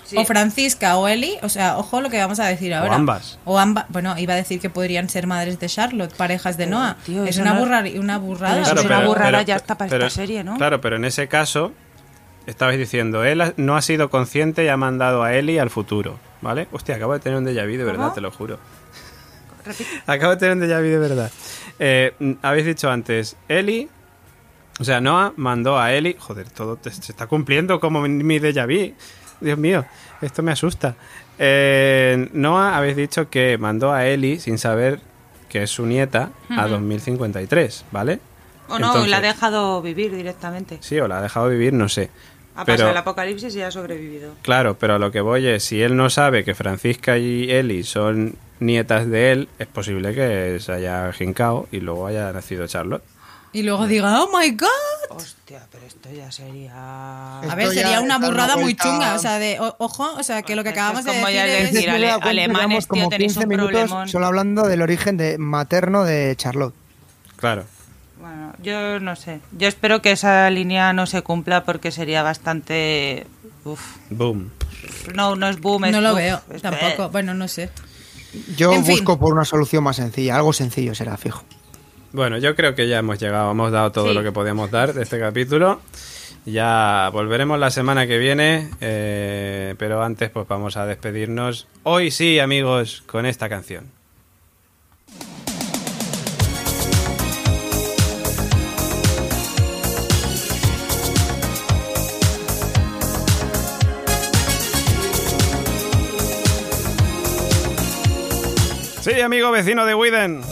Sí. O Francisca o Ellie, o sea, ojo lo que vamos a decir ahora. O ambas. O ambas. Bueno, iba a decir que podrían ser madres de Charlotte, parejas de Noah. tío, es eso una, no- burra, una burrada. Eso o es sea, una burrada ya está para esta serie, ¿no? Claro, pero en ese caso, estabais diciendo, él ha- no ha sido consciente y ha mandado a Ellie al futuro, ¿vale? Hostia, acabo de tener un déjà vu de verdad, ¿Cómo? te lo juro. Repite. Acabo de tener un déjà vu de verdad. Eh, mm, habéis dicho antes, Ellie, o sea, Noah mandó a Ellie, joder, todo te- se está cumpliendo como mi, mi déjà vu. Dios mío, esto me asusta. Eh, Noah, habéis dicho que mandó a Ellie sin saber que es su nieta a dos mil cincuenta y tres, ¿vale? O no, Entonces- la ha dejado vivir directamente. Sí, o la ha dejado vivir, no sé. Ha Pero- pasado el apocalipsis y ha sobrevivido. Claro, pero a lo que voy es, si él no sabe que Francisca y Ellie son nietas de él, es posible que se haya jincado y luego haya nacido Charlotte. y luego diga, oh my god. Hostia, pero esto ya sería... Es- A ver, Esto ya sería una está burrada una muy vuelta- chunga. O sea, de, o- ojo, o sea, que lo que Esto acabamos es de como decir ya es... decir, Se me ale- da cuenta que alemanes, llevamos tío, como tenéis quince un minutos problemón. solo hablando del origen de materno de Charlotte. Claro. Bueno, yo no sé. Yo espero que esa línea no se cumpla porque sería bastante... Uf. Boom. No, no es boom, es No lo uf, veo, es- tampoco. Bueno, no sé. Yo En fin. busco por una solución más sencilla, algo sencillo será, fijo. Bueno, yo creo que ya hemos llegado, hemos dado todo Sí. lo que podíamos dar de este capítulo. Ya volveremos la semana que viene, eh, pero antes pues vamos a despedirnos. Hoy sí, amigos, con esta canción. Sí, amigo vecino de Widen.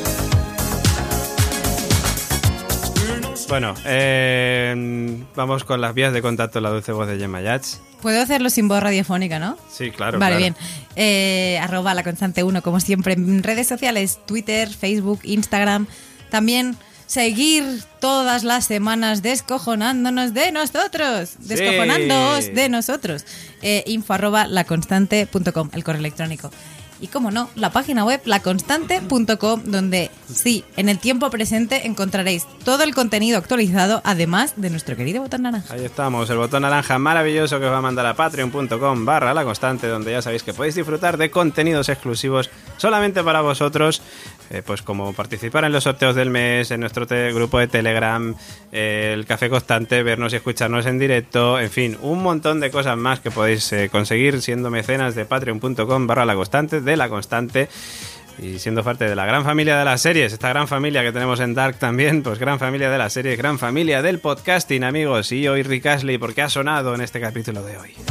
Bueno, eh, vamos con las vías de contacto, la dulce voz de Gemma Yats. Puedo hacerlo sin voz radiofónica, ¿no? Sí, claro. Vale, claro. bien. Eh, arroba la constante uno, como siempre, en redes sociales, Twitter, Facebook, Instagram. También seguir todas las semanas descojonándonos de nosotros. Sí. Descojonándoos de nosotros. Eh, info arroba laconstante punto com, el correo electrónico. Y como no, la página web laconstante punto com, donde sí, en el tiempo presente encontraréis todo el contenido actualizado, además de nuestro querido botón naranja. Ahí estamos, el botón naranja maravilloso que os va a mandar a patreon punto com barra la constante, donde ya sabéis que podéis disfrutar de contenidos exclusivos solamente para vosotros, eh, pues como participar en los sorteos del mes, en nuestro te- grupo de Telegram, eh, el Café Constante, vernos y escucharnos en directo, en fin, un montón de cosas más que podéis eh, conseguir siendo mecenas de patreon punto com barra la constante, de la constante. Y siendo parte de la gran familia de las series, esta gran familia que tenemos en Dark también, pues gran familia de las series, gran familia del podcasting, amigos. Y hoy Rick Astley, porque ha sonado en este capítulo de hoy.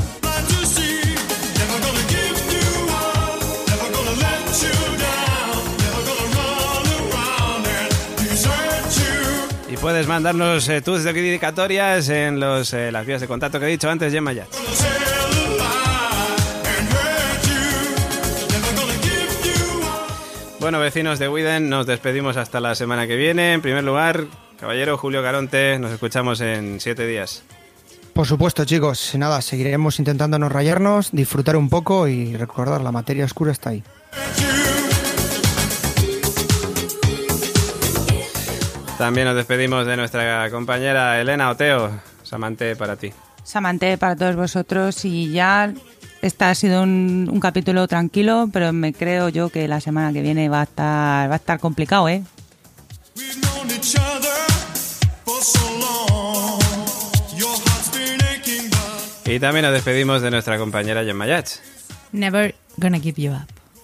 Y puedes mandarnos eh, tus dedicatorias en los, eh, las vías de contacto que he dicho antes, Gemma Yats. Bueno, vecinos de Widen, nos despedimos hasta la semana que viene. En primer lugar, caballero Julio Caronte, nos escuchamos en siete días. Por supuesto, chicos, nada, seguiremos intentando no rayarnos, disfrutar un poco y recordar, la materia oscura está ahí. También nos despedimos de nuestra compañera Elena Oteo. Samante para ti. Samante para todos vosotros y ya este ha sido un, un capítulo tranquilo, pero me creo yo que la semana que viene va a estar va a estar complicado, ¿eh? Y también nos despedimos de nuestra compañera Gemma Yats. Never gonna give you up.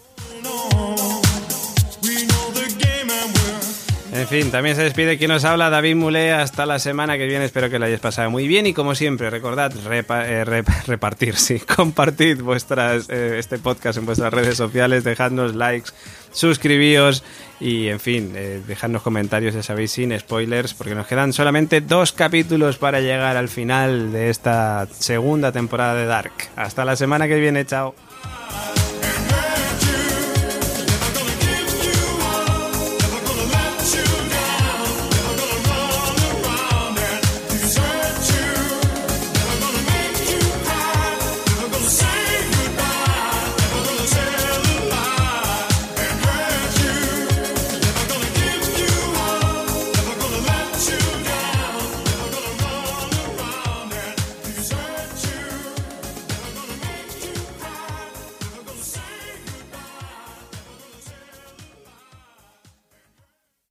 En fin, también se despide quien nos habla, David Mulé. Hasta la semana que viene, espero que lo hayáis pasado muy bien y como siempre, recordad repa- eh, rep- repartir, sí, compartid vuestras, eh, este podcast en vuestras redes sociales, dejadnos likes, suscribíos y en fin, eh, dejadnos comentarios, ya sabéis, sin spoilers, porque nos quedan solamente dos capítulos para llegar al final de esta segunda temporada de Dark. Hasta la semana que viene, chao.